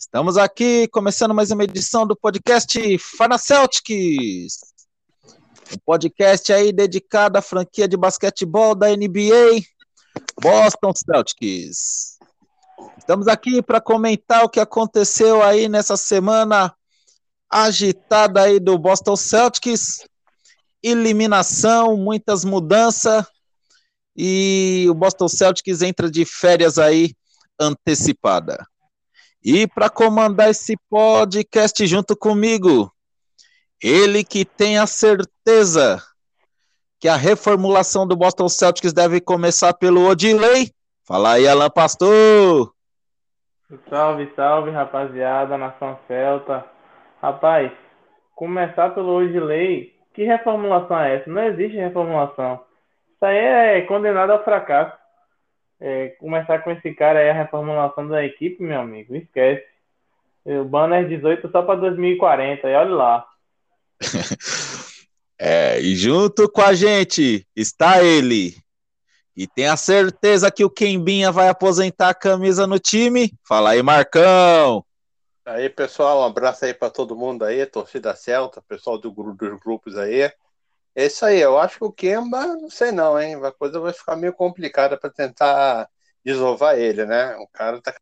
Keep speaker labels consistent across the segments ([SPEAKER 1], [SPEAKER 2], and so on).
[SPEAKER 1] Estamos aqui começando mais uma edição do podcast Fana Celtics, um podcast aí dedicado à franquia de basquetebol da NBA, Boston Celtics. Estamos aqui para comentar o que aconteceu aí nessa semana agitada aí do Boston Celtics, eliminação, muitas mudanças e o Boston Celtics entra de férias aí antecipada. E para comandar esse podcast junto comigo, ele que tem a certeza que a reformulação do Boston Celtics deve começar pelo Odilei. Fala aí, Alan Pastor!
[SPEAKER 2] Salve, salve, rapaziada, nação celta. Rapaz, começar pelo Odilei, que reformulação é essa? Não existe reformulação. Isso aí é condenado ao fracasso. Começar com esse cara aí, a reformulação da equipe, meu amigo, esquece. O banner 18 só para 2040, e olha lá.
[SPEAKER 1] E junto com a gente está ele, e tem a certeza que o Kembinha vai aposentar a camisa no time. Fala aí, Marcão!
[SPEAKER 3] Aí, pessoal, um abraço aí para todo mundo aí, torcida celta, pessoal dos grupos aí. É isso aí, eu acho que o Kemba, não sei não, hein? A coisa vai ficar meio complicada para tentar desovar ele, né? O cara tá.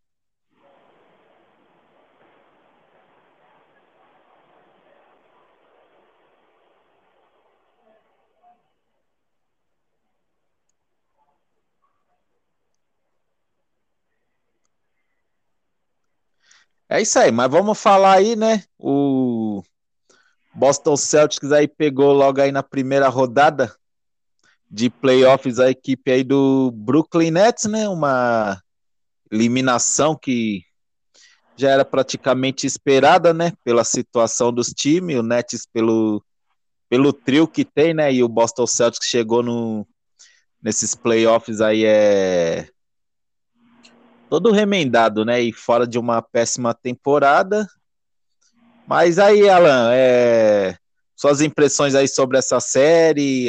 [SPEAKER 1] É isso aí, mas vamos falar aí, né? O Boston Celtics aí pegou logo aí na primeira rodada de playoffs a equipe aí do Brooklyn Nets, né? Uma eliminação que já era praticamente esperada, né? Pela situação dos times, o Nets pelo trio que tem, né? E o Boston Celtics chegou nesses playoffs aí todo remendado, né? E fora de uma péssima temporada. Mas aí, Alan, suas impressões aí sobre essa série,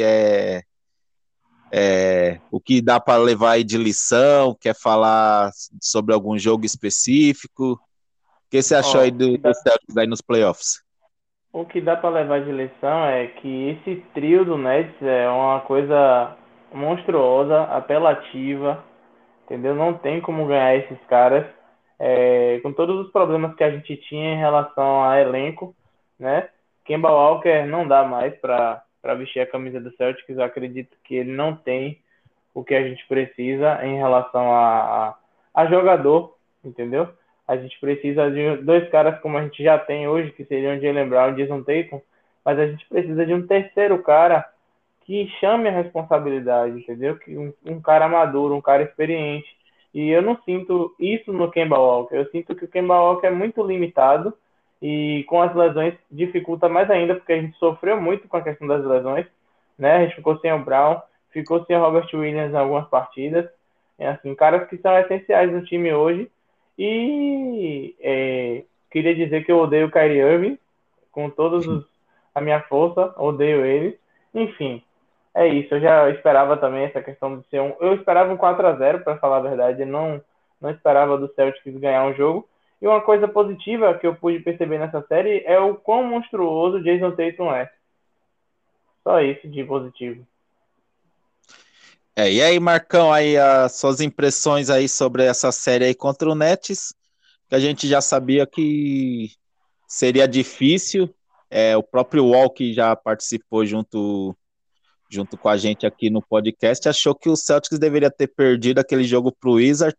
[SPEAKER 1] o que dá para levar aí de lição, quer falar sobre algum jogo específico? O que você achou aí
[SPEAKER 2] Ó,
[SPEAKER 1] do Celtics aí nos playoffs?
[SPEAKER 2] o que dá para levar de lição é que esse trio do Nets é uma coisa monstruosa, apelativa, entendeu? Não tem como ganhar esses caras, com todos os problemas que a gente tinha em relação a elenco, né? Kemba Walker não dá mais para vestir a camisa do Celtics. Eu acredito que ele não tem o que a gente precisa em relação a jogador, entendeu? A gente precisa de dois caras como a gente já tem hoje, que seriam o Jaylen Brown e o Jason Tatum, mas a gente precisa de um terceiro cara que chame a responsabilidade, entendeu? Que um cara maduro, um cara experiente. E eu não sinto isso no Kemba Walker. Eu sinto que o Kemba Walker é muito limitado e com as lesões dificulta mais ainda, porque a gente sofreu muito com a questão das lesões, né? A gente ficou sem o Brown, ficou sem o Robert Williams em algumas partidas. Assim, caras que são essenciais no time hoje. E queria dizer que eu odeio o Kyrie Irving com toda a minha força, odeio ele. Enfim, é isso. Eu já esperava também essa questão de ser um. Eu esperava um 4-0, para falar a verdade. Eu não esperava do Celtics ganhar um jogo. E uma coisa positiva que eu pude perceber nessa série é o quão monstruoso o Jason Tatum é. Só isso de positivo.
[SPEAKER 1] E aí, Marcão, aí as suas impressões aí sobre essa série aí contra o Nets, que a gente já sabia que seria difícil. O próprio Wall, que já participou junto com a gente aqui no podcast, achou que o Celtics deveria ter perdido aquele jogo pro Wizard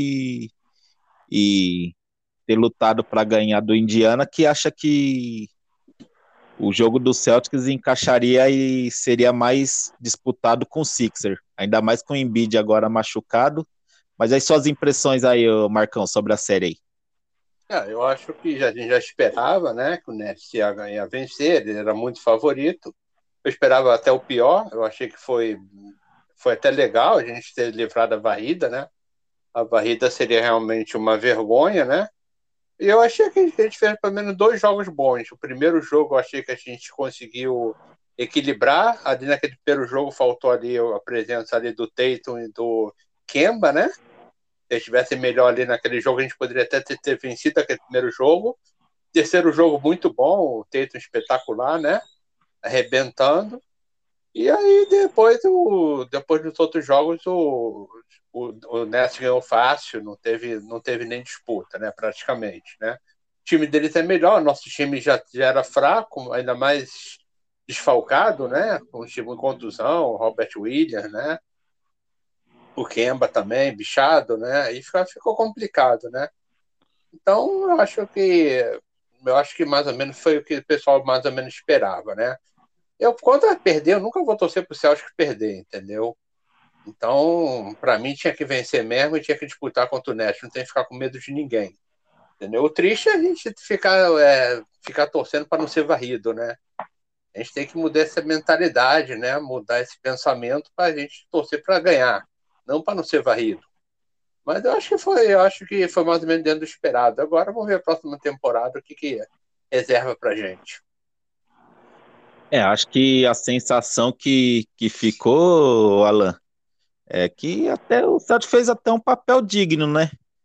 [SPEAKER 1] e ter lutado para ganhar do Indiana, que acha que o jogo do Celtics encaixaria e seria mais disputado com o Sixer, ainda mais com o Embiid agora machucado. Mas aí suas impressões aí, Marcão, sobre a série aí.
[SPEAKER 3] Eu acho que a gente já esperava, né? Que o Nets ia vencer, ele era muito favorito. Eu esperava até o pior, eu achei que foi até legal a gente ter livrado a varrida, né? A varrida seria realmente uma vergonha, né? E eu achei que a gente fez pelo menos 2 jogos bons. O primeiro jogo eu achei que a gente conseguiu equilibrar. Ali naquele primeiro jogo faltou ali a presença ali do Tatum e do Kemba, né? Se eles estivessem melhor ali naquele jogo, a gente poderia até ter vencido aquele primeiro jogo. Terceiro jogo muito bom, o Tatum espetacular, né? Arrebentando. E aí depois dos outros jogos o Nets ganhou fácil, não teve nem disputa, né? Praticamente, né? O time deles é melhor, nosso time já era fraco, ainda mais desfalcado, né? Com o time em contusão, o Robert Williams, né? O Kemba também, bichado, né? Aí ficou complicado, né? Então, eu acho que mais ou menos foi o que o pessoal mais ou menos esperava, né? Quando vai perder, eu nunca vou torcer pro Celtics perder, entendeu? Então, para mim, tinha que vencer mesmo e tinha que disputar contra o Nets, não tem que ficar com medo de ninguém, entendeu? O triste é a gente ficar torcendo para não ser varrido, né? A gente tem que mudar essa mentalidade, né? Mudar esse pensamento para a gente torcer para ganhar, não para não ser varrido. Mas eu acho que foi mais ou menos dentro do esperado. Agora vamos ver a próxima temporada o que reserva pra gente.
[SPEAKER 1] Acho que a sensação que ficou, Alan, é que até o Celtic fez até um papel digno, né?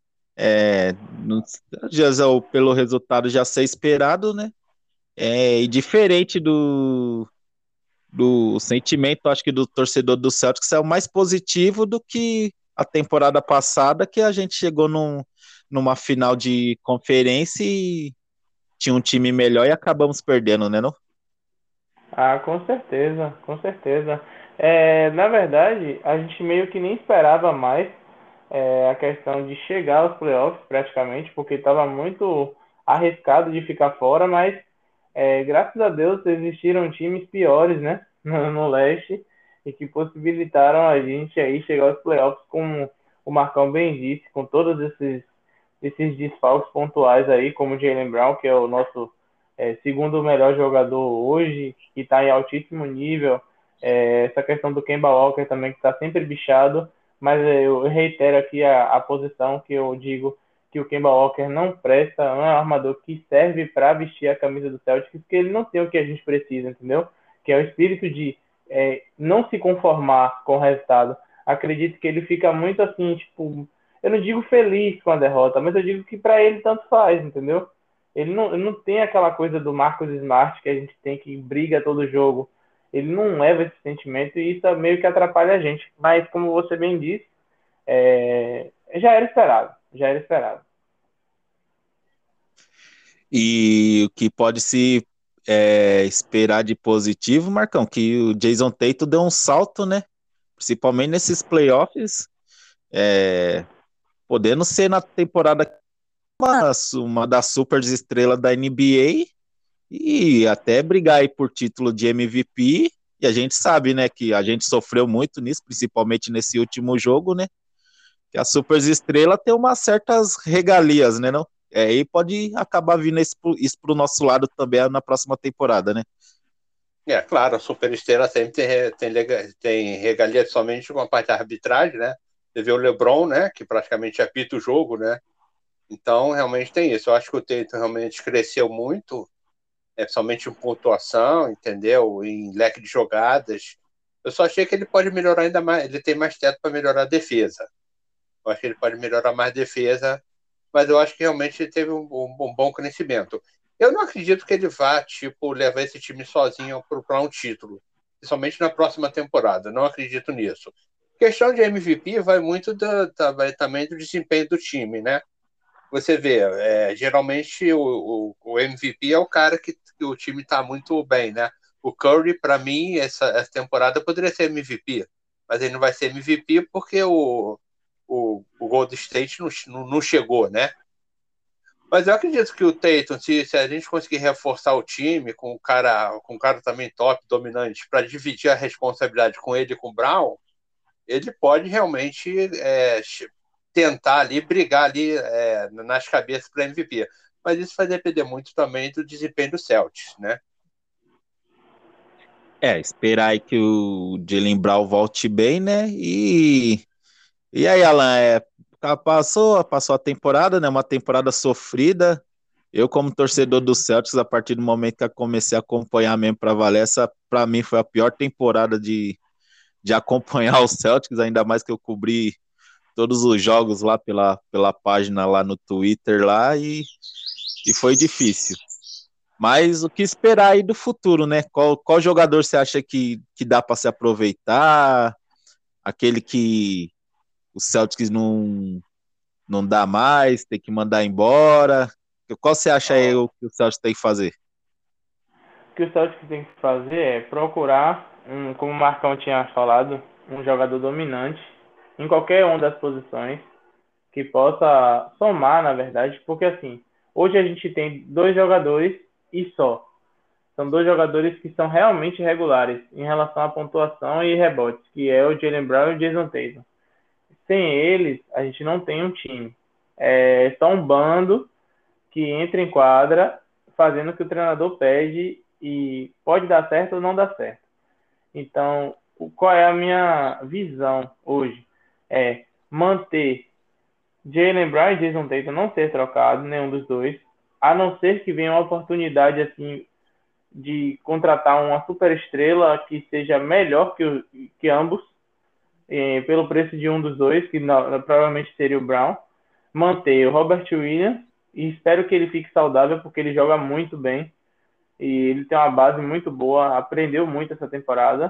[SPEAKER 1] Pelo resultado já ser esperado, né? E diferente do sentimento, acho que do torcedor do Celtics é o mais positivo do que a temporada passada, que a gente chegou numa final de conferência e tinha um time melhor e acabamos perdendo, né, não?
[SPEAKER 2] Ah, com certeza, com certeza. Na verdade, a gente meio que nem esperava mais a questão de chegar aos playoffs praticamente, porque estava muito arriscado de ficar fora, mas graças a Deus existiram times piores, né, no leste e que possibilitaram a gente aí chegar aos playoffs, como o Marcão bem disse, com todos esses desfalques pontuais aí, como o Jaylen Brown, que é o nosso segundo melhor jogador hoje, que está em altíssimo nível, essa questão do Kemba Walker também, que está sempre bichado, mas eu reitero aqui a posição que eu digo que o Kemba Walker não presta, não é um armador que serve para vestir a camisa do Celtics, porque ele não tem o que a gente precisa, entendeu? Que é o espírito de não se conformar com o resultado. Acredito que ele fica muito assim, tipo, eu não digo feliz com a derrota, mas eu digo que para ele tanto faz, entendeu? Ele não tem aquela coisa do Marcos Smart que a gente tem que briga todo jogo. Ele não leva esse sentimento e isso meio que atrapalha a gente. Mas, como você bem disse, já era esperado. Já era esperado.
[SPEAKER 1] E o que pode se esperar de positivo, Marcão, que o Jason Tatum deu um salto, né? Principalmente nesses playoffs, podendo ser na temporada uma das super estrelas da NBA e até brigar aí por título de MVP. E a gente sabe, né, que a gente sofreu muito nisso, principalmente nesse último jogo, né? Que a super estrela tem umas certas regalias, né, não? E pode acabar vindo isso pro nosso lado também na próxima temporada, né?
[SPEAKER 3] Claro, a superestrela sempre tem regalia somente com a parte da arbitragem, né? Você vê o LeBron, né, que praticamente apita o jogo, né? Então, realmente tem isso. Eu acho que o Tatum realmente cresceu muito, principalmente em pontuação, entendeu? Em leque de jogadas. Eu só achei que ele pode melhorar ainda mais, ele tem mais teto para melhorar a defesa. Eu acho que ele pode melhorar mais a defesa, mas eu acho que realmente ele teve um bom crescimento. Eu não acredito que ele vá, tipo, levar esse time sozinho para um título, principalmente na próxima temporada. Não acredito nisso. Questão de MVP vai muito vai também do desempenho do time, né? Você vê, geralmente o MVP é o cara que o time está muito bem, né? O Curry, para mim, essa temporada poderia ser MVP, mas ele não vai ser MVP porque o Golden State não chegou, né? Mas eu acredito que o Tatum, se a gente conseguir reforçar o time com um cara também top, dominante, para dividir a responsabilidade com ele e com o Brown, ele pode realmente tentar ali, brigar ali nas cabeças para MVP. Mas isso vai depender muito também do desempenho do Celtics, né?
[SPEAKER 1] Esperar aí que o Jaylen Brown volte bem, né? E aí, Alan, passou a temporada, né? Uma temporada sofrida. Eu, como torcedor do Celtics, a partir do momento que eu comecei a acompanhar mesmo para valer, essa para mim foi a pior temporada de acompanhar o Celtics, ainda mais que eu cobri todos os jogos lá pela página lá no Twitter lá e foi difícil. Mas o que esperar aí do futuro, né? Qual jogador você acha que dá para se aproveitar? Aquele que o Celtics não dá mais, tem que mandar embora? Qual você acha aí
[SPEAKER 2] Ó,
[SPEAKER 1] o que o Celtics tem que fazer?
[SPEAKER 2] o que o Celtics tem que fazer é procurar, como o Marcão tinha falado, um jogador dominante em qualquer uma das posições que possa somar, na verdade, porque assim, hoje a gente tem dois jogadores e só. São dois jogadores que são realmente regulares em relação à pontuação e rebotes, que é o Jaylen Brown e o Jason Tatum. Sem eles, a gente não tem um time. É só um bando que entra em quadra fazendo o que o treinador pede e pode dar certo ou não dar certo. Então, qual é a minha visão hoje? É manter Jaylen Brown e Jason Tatum não ser trocado, nenhum dos dois, a não ser que venha uma oportunidade assim de contratar uma super estrela que seja melhor que ambos, pelo preço de um dos dois, que provavelmente seria o Brown, manter o Robert Williams e espero que ele fique saudável porque ele joga muito bem e ele tem uma base muito boa, aprendeu muito essa temporada.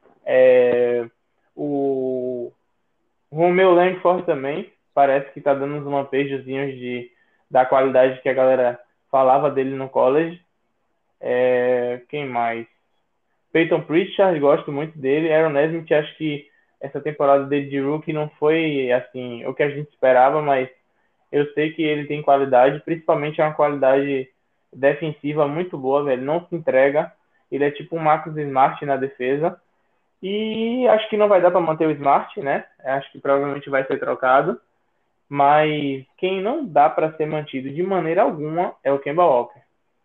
[SPEAKER 2] O Romeo Langford também parece que está dando uns lampejozinhos da qualidade que a galera falava dele no college. Quem mais? Peyton Pritchard, gosto muito dele. Aaron Nesmith, acho que essa temporada dele de rookie não foi assim o que a gente esperava, mas eu sei que ele tem qualidade, principalmente uma qualidade defensiva muito boa, velho. Não se entrega. Ele é tipo um Marcus Smart na defesa. E acho que não vai dar para manter o Smart, né? Acho que provavelmente vai ser trocado. Mas quem não dá para ser mantido de maneira alguma é o Kemba Walker.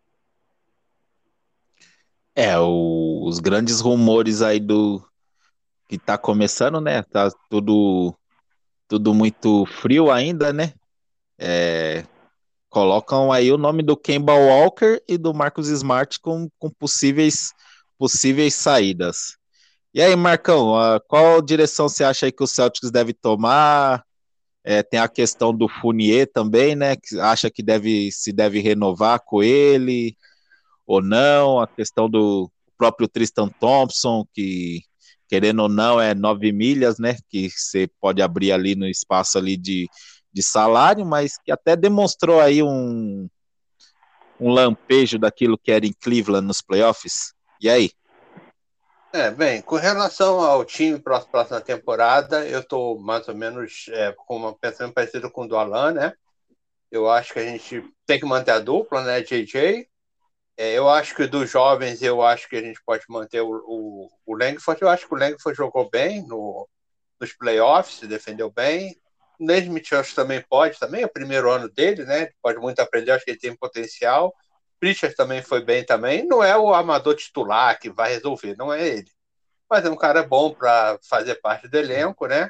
[SPEAKER 1] Os grandes rumores aí do que tá começando, né? Tá tudo muito frio ainda, né? Colocam aí o nome do Kemba Walker e do Marcus Smart com possíveis saídas. E aí, Marcão, qual direção você acha aí que o Celtics deve tomar? Tem a questão do Fournier também, né? Que acha que se deve renovar com ele ou não. A questão do próprio Tristan Thompson, que querendo ou não é 9 milhas, né? Que você pode abrir ali no espaço ali de salário, mas que até demonstrou aí um lampejo daquilo que era em Cleveland nos playoffs. E aí?
[SPEAKER 3] Bem, com relação ao time para a próxima temporada, eu estou mais ou menos com um pensamento parecido com o do Alan, né? Eu acho que a gente tem que manter a dupla, né? JJ. Eu acho que dos jovens, eu acho que a gente pode manter o Langford. Eu acho que o Langford jogou bem nos playoffs, se defendeu bem. O Nesmith, eu acho que também pode, também é o primeiro ano dele, né? Pode muito aprender, acho que ele tem potencial. Pritchard também foi bem também. Não é o armador titular que vai resolver, não é ele. Mas é um cara bom para fazer parte do elenco, né?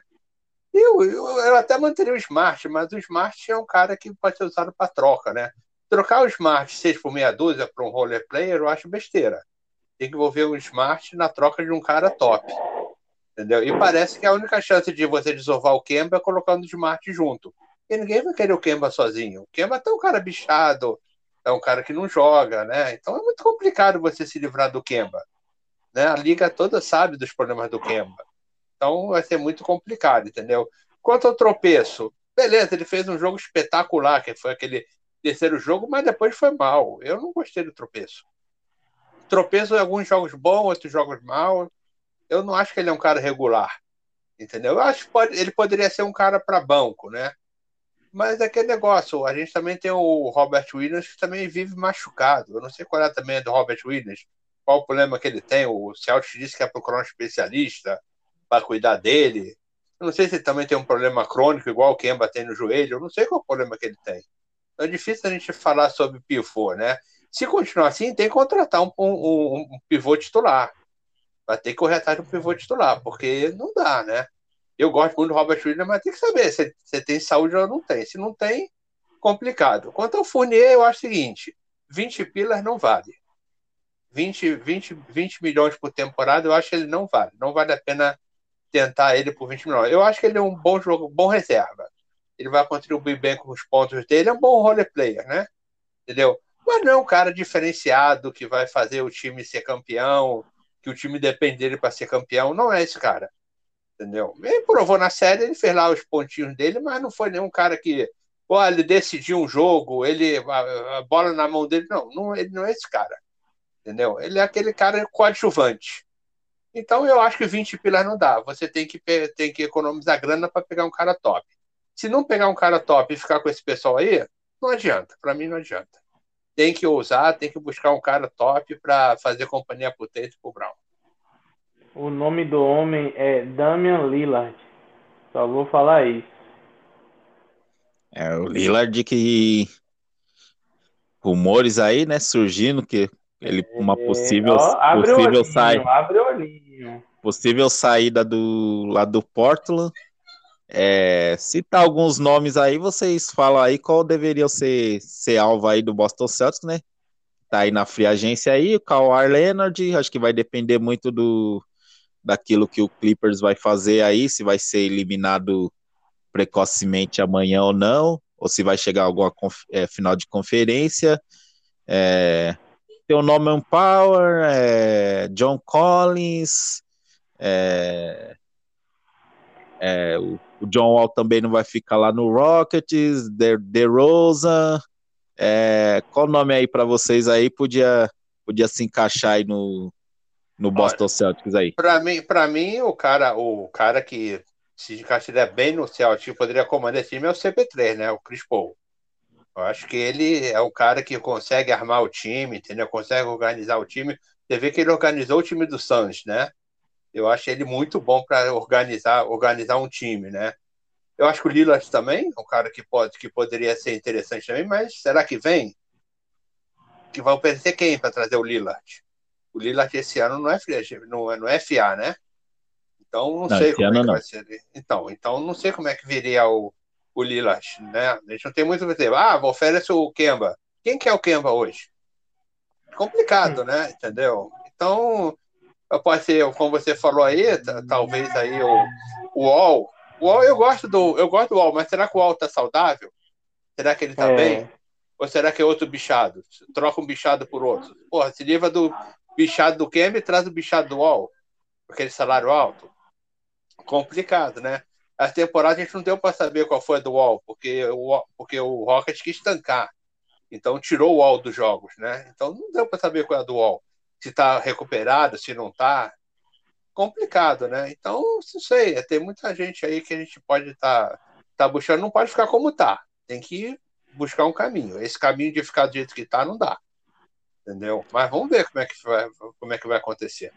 [SPEAKER 3] Eu até manteria o Smart, mas o Smart é um cara que pode ser usado para troca, né? Trocar o Smart 6 por meia dúzia para um roller player, eu acho besteira. Tem que envolver o Smart na troca de um cara top. Entendeu? E parece que a única chance de você desovar o Kemba é colocando o Smart junto. E ninguém vai querer o Kemba sozinho. O Kemba tá um cara bichado, é um cara que não joga, né? Então é muito complicado você se livrar do Kemba. Né? A liga toda sabe dos problemas do Kemba. Então vai ser muito complicado, entendeu? Quanto ao tropeço, beleza, ele fez um jogo espetacular, que foi aquele terceiro jogo, mas depois foi mal. Eu não gostei do tropeço. Tropeço em alguns jogos bons, outros jogos maus. Eu não acho que ele é um cara regular, entendeu? Eu acho que ele poderia ser um cara para banco, né? Mas é aquele negócio, a gente também tem o Robert Williams, que também vive machucado. Eu não sei qual é também do Robert Williams, qual o problema que ele tem. O Celtics disse que é procurar um especialista para cuidar dele. Eu não sei se ele também tem um problema crônico, igual o Kemba tem no joelho. Eu não sei qual é o problema que ele tem. Então é difícil a gente falar sobre pivô, né? Se continuar assim, tem que contratar um pivô titular. Vai ter que correr atrás de um pivô titular, porque não dá, né? Eu gosto muito do Robert Williams, mas tem que saber se tem saúde ou não tem. Se não tem, complicado. Quanto ao Fournier, eu acho o seguinte: 20 pilas não vale. 20 milhões por temporada, eu acho que ele não vale. Não vale a pena tentar ele por 20 milhões. Eu acho que ele é um bom jogo, bom reserva. Ele vai contribuir bem com os pontos dele, é um bom role player, né? Entendeu? Mas não é um cara diferenciado que vai fazer o time ser campeão, que o time depende dele para ser campeão. Não é esse cara, entendeu? Ele provou na série, ele fez lá os pontinhos dele, mas não foi nenhum cara que, pô, ele decidiu um jogo, a bola na mão dele. Não, ele não é esse cara, entendeu? Ele é aquele cara coadjuvante. Então eu acho que 20 pilas não dá. Você tem que economizar grana para pegar um cara top. Se não pegar um cara top e ficar com esse pessoal aí, não adianta. Para mim não adianta. Tem que ousar, tem que buscar um cara top para fazer companhia pro Tate e pro Brown.
[SPEAKER 2] O nome do homem é Damian Lillard. Só vou falar isso.
[SPEAKER 1] O Lillard que rumores aí, né, surgindo que ele uma
[SPEAKER 2] Ó, abre o olhinho,
[SPEAKER 1] sai,
[SPEAKER 2] abre o olhinho.
[SPEAKER 1] possível saída do lá do Portland. Citar alguns nomes aí, vocês falam aí qual deveria ser alvo aí do Boston Celtics, né? Tá aí na free agência aí, o Kawhi Leonard, acho que vai depender muito daquilo que o Clippers vai fazer aí, se vai ser eliminado precocemente amanhã ou não, ou se vai chegar a alguma final de conferência. Tem o Norman Powell, John Collins, o John Wall também não vai ficar lá no Rockets, DeRozan. Qual nome aí para vocês aí podia se encaixar aí no Boston Celtics aí?
[SPEAKER 3] Para mim o cara que se encaixaria bem no Celtics poderia comandar esse time é o CP3, né? O Chris Paul. Eu acho que ele é o cara que consegue armar o time, entendeu? Consegue organizar o time. Você vê que ele organizou o time do Suns, né? Eu acho ele muito bom para organizar um time, né? Eu acho que o Lillard também é um cara que poderia ser interessante também, mas será que vem? Que vai oferecer quem para trazer o Lillard? O Lillard esse ano não é não é FA, né? Então não
[SPEAKER 1] Não,
[SPEAKER 3] sei
[SPEAKER 1] esse
[SPEAKER 3] como é
[SPEAKER 1] ano
[SPEAKER 3] que
[SPEAKER 1] não.
[SPEAKER 3] vai ser. Então não sei como é que viria o Lillard, né? A gente não tem muito a dizer. Oferece o Kemba. Quem que é o Kemba hoje? Complicado, né? Entendeu? Então pode ser, como você falou aí, talvez aí o Wall. O Wall eu gosto do Wall, mas será que o Wall tá saudável? Será que ele tá bem? Ou será que é outro bichado? Troca um bichado por outro. Porra, se livra do bichado do Kemba e traz o bichado do Wall. Aquele salário alto. Complicado, né? A temporada a gente não deu para saber qual foi a do Wall, porque o Rocket quis tancar. Então tirou o Wall dos jogos, né? Então não deu para saber qual é a do Wall. Se está recuperado, se não está. Complicado, né? Então, não sei, tem muita gente aí que a gente pode estar buscando, não pode ficar como está. Tem que buscar um caminho. Esse caminho de ficar do jeito que está não dá. Entendeu? Mas vamos ver como é que vai acontecer.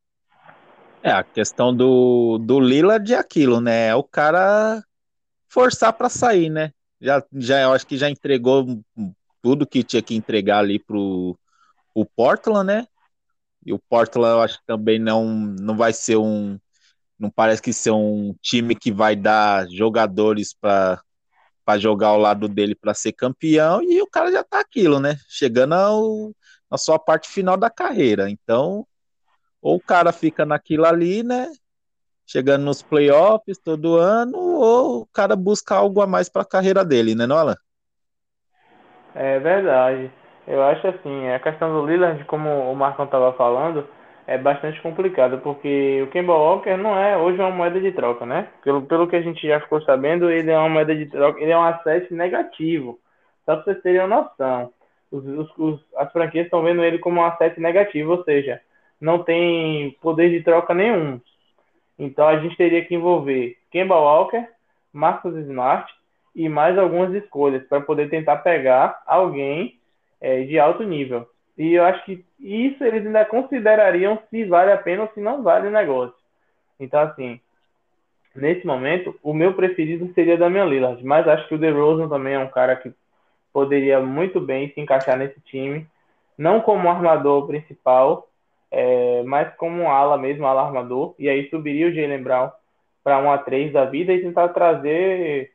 [SPEAKER 1] A questão do Lillard é aquilo, né? É o cara forçar para sair, né? Eu acho que já entregou tudo que tinha que entregar ali o Portland, né? E o Portland eu acho que também não vai ser não parece que ser um time que vai dar jogadores para jogar ao lado dele para ser campeão, e o cara já tá aquilo, né? Chegando na sua parte final da carreira. Então, ou o cara fica naquilo ali, né? Chegando nos playoffs todo ano, ou o cara busca algo a mais para a carreira dele, né, Nolan?
[SPEAKER 2] É verdade. Eu acho assim, a questão do Lillard, como o Marcão estava falando, é bastante complicada, porque o Kemba Walker não é hoje uma moeda de troca, né? Pelo que a gente já ficou sabendo, ele é uma moeda de troca, ele é um asset negativo. Só para vocês terem uma noção. As franquias estão vendo ele como um asset negativo, ou seja, não tem poder de troca nenhum. Então a gente teria que envolver Kemba Walker, Marcus Smart e mais algumas escolhas para poder tentar pegar alguém de alto nível. E eu acho que isso eles ainda considerariam se vale a pena ou se não vale o negócio. Então, assim, nesse momento, o meu preferido seria Damian Lillard, mas acho que o DeRozan também é um cara que poderia muito bem se encaixar nesse time, não como armador principal, mas como um ala mesmo, ala armador, e aí subiria o Jaylen Brown para 1-3 da vida e tentar trazer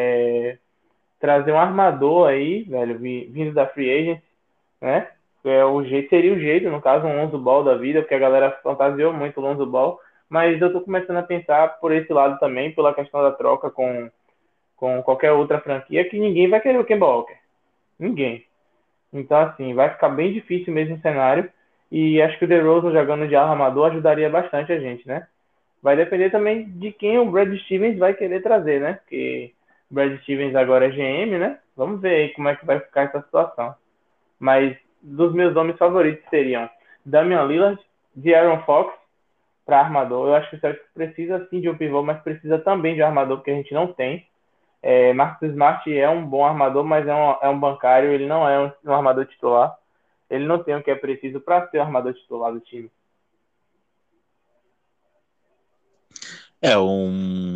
[SPEAKER 2] um armador aí, velho, vindo da Free Agent, né? Seria o jeito, no caso, um Lonzo Ball da vida, porque a galera fantasiou muito o Lonzo Ball, Mas eu tô começando a pensar por esse lado também, pela questão da troca com qualquer outra franquia, que ninguém vai querer o Kemba Walker. Ninguém. Então, assim, vai ficar bem difícil mesmo o cenário. E acho que o DeRozan jogando de armador ajudaria bastante a gente, né? Vai depender também de quem o Brad Stevens vai querer trazer, né? Porque o Brad Stevens agora é GM, né? Vamos ver aí como é que vai ficar essa situação. Mas dos meus nomes favoritos seriam Damian Lillard, De'Aaron Fox para armador. Eu acho que o Celtics precisa sim de um pivô, mas precisa também de um armador, porque a gente não tem. Marcus Smart é um bom armador, mas é um bancário, ele não é um armador titular. Ele não tem o que é preciso para ser o armador titular do time.
[SPEAKER 1] É um.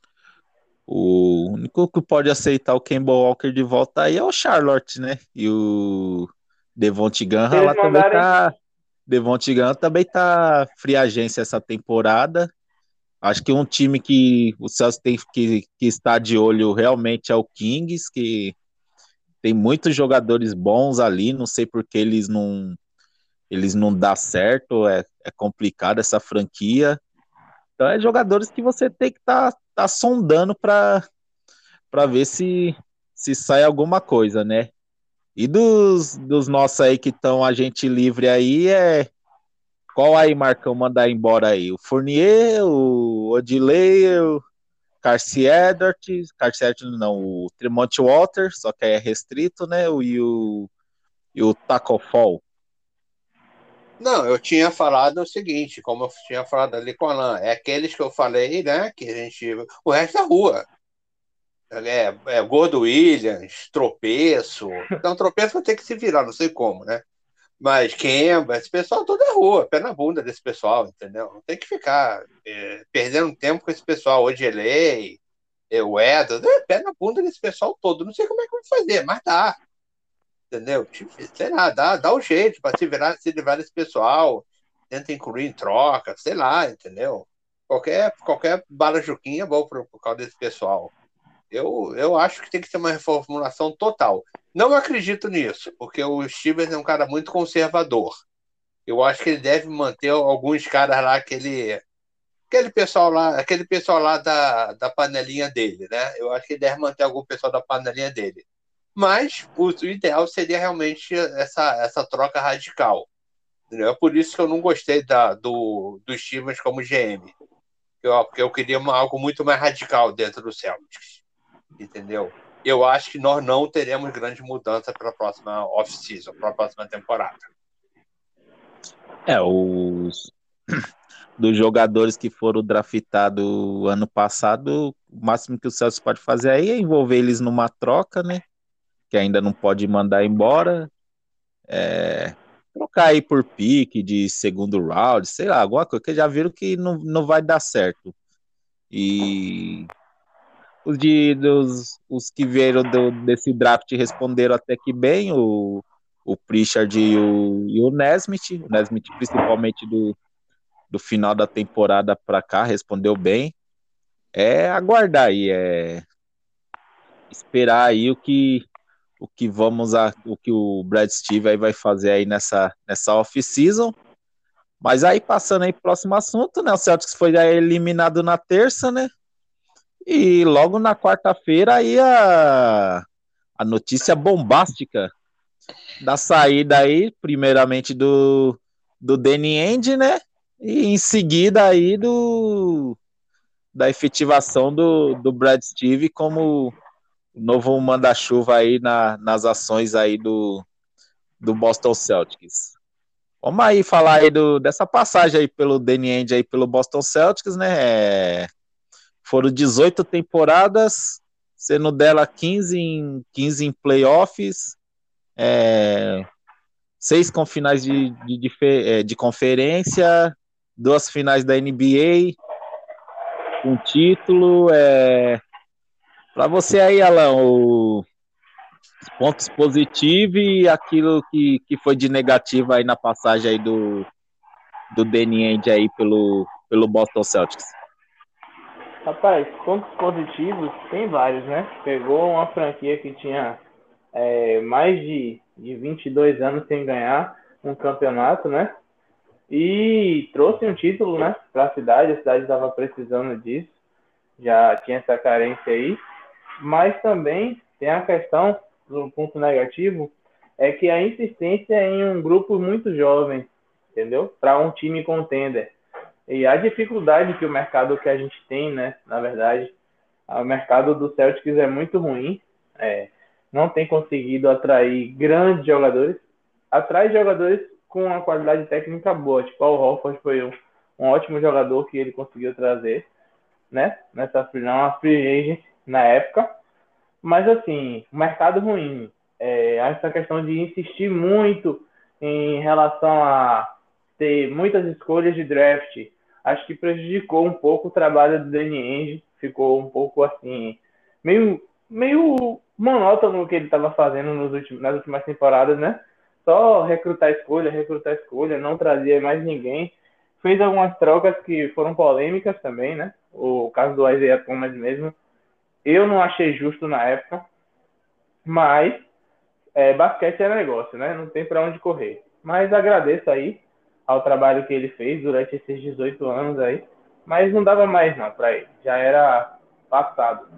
[SPEAKER 1] O único que pode aceitar o Kemba Walker de volta aí é o Charlotte, né? E o Devonte
[SPEAKER 2] Se
[SPEAKER 1] Graham lá
[SPEAKER 2] eles
[SPEAKER 1] também
[SPEAKER 2] mandarem,
[SPEAKER 1] tá. Devonte Graham também tá free agência essa temporada. Acho que um time que o Celtics tem que estar de olho realmente é o Kings, que tem muitos jogadores bons ali. Não sei por que eles não dão certo. É complicado essa franquia. Então é jogadores que você tem que tá sondando para ver se sai alguma coisa, né? E dos nossos aí que estão a gente livre aí, qual aí, Marcão, mandar embora aí? O Fournier, o Odilei, o Carci Edwards não, o Tremont Water, só que é restrito, né? E o Taco Fall.
[SPEAKER 3] Não, eu tinha falado o seguinte, como eu tinha falado ali com a Alan, é aqueles que eu falei, né? Que a gente. O resto da rua. Gordo Williams, tropeço. Então, tropeço vai ter que se virar, não sei como, né? Mas Kemba, esse pessoal todo é rua, pé na bunda desse pessoal, entendeu? Não tem que ficar perdendo tempo com esse pessoal. Hoje ele, o Edwards, pé na bunda desse pessoal todo. Não sei como é que vai fazer, mas dá, entendeu? Tipo, sei lá, dá um jeito para se livrar desse pessoal. Tenta incluir em troca, sei lá, entendeu? Qualquer bala juquinha é bom por causa desse pessoal. Eu acho que tem que ter uma reformulação total. Não acredito nisso, porque o Stevens é um cara muito conservador. Eu acho que ele deve manter alguns caras lá aquele pessoal lá da panelinha dele, né? Eu acho que ele deve manter algum pessoal da panelinha dele. Mas o ideal seria realmente essa troca radical. Entendeu? É por isso que eu não gostei do Stevens como GM. Porque eu queria algo muito mais radical dentro do Celtics. Entendeu? Eu acho que nós não teremos grande mudança para a próxima off-season, para a próxima temporada.
[SPEAKER 1] Os dos jogadores que foram draftados ano passado, o máximo que o Celtics pode fazer aí é envolver eles numa troca, né? Que ainda não pode mandar embora. Trocar aí por pique de segundo round, sei lá, alguma coisa que já viram que não vai dar certo. E os que vieram desse draft responderam até que bem, o Pritchard e o Nesmith. O Nesmith, principalmente do final da temporada para cá, respondeu bem. É aguardar aí, esperar aí o que o Brad Steve aí vai fazer aí nessa off-season. Mas aí, passando aí pro próximo assunto, né? O Celtics foi eliminado na terça, né? E logo na quarta-feira aí a notícia bombástica da saída aí, primeiramente do Danny Ainge, né? E em seguida aí da efetivação do Brad Steve como o novo manda-chuva aí nas ações aí do Boston Celtics. Vamos aí falar aí dessa passagem aí pelo Danny Ainge aí pelo Boston Celtics, né? Foram 18 temporadas, sendo dela 15 em playoffs, 6 com finais de conferência, 2 finais da NBA, um título. Para você aí, Alan, os pontos positivos e aquilo que foi de negativo aí na passagem aí do Danny Ainge aí pelo Boston Celtics.
[SPEAKER 2] Rapaz, pontos positivos tem vários, né? Pegou uma franquia que tinha mais de 22 anos sem ganhar um campeonato, né? e trouxe um título, né, para a cidade estava precisando disso, já tinha essa carência aí, mas também tem a questão, do ponto negativo, é que a insistência em um grupo muito jovem, entendeu? Para um time contender. E a dificuldade que o mercado que a gente tem, né, na verdade, o mercado do Celtics é muito ruim, não tem conseguido atrair grandes jogadores, atrai jogadores com uma qualidade técnica boa, tipo o Horford foi um ótimo jogador que ele conseguiu trazer, né, nessa free agent na época, mas assim, mercado ruim, essa questão de insistir muito em relação a ter muitas escolhas de draft, acho que prejudicou um pouco o trabalho do Danny Ainge, ficou um pouco assim, meio monótono o que ele estava fazendo nas últimas temporadas, né? Só recrutar escolha, não trazia mais ninguém. Fez algumas trocas que foram polêmicas também, né? O caso do Isaiah Thomas mesmo, eu não achei justo na época, mas basquete é negócio, né? Não tem para onde correr. Mas agradeço aí ao trabalho que ele fez durante esses 18 anos aí. Mas não dava mais não para ele. Já era passado.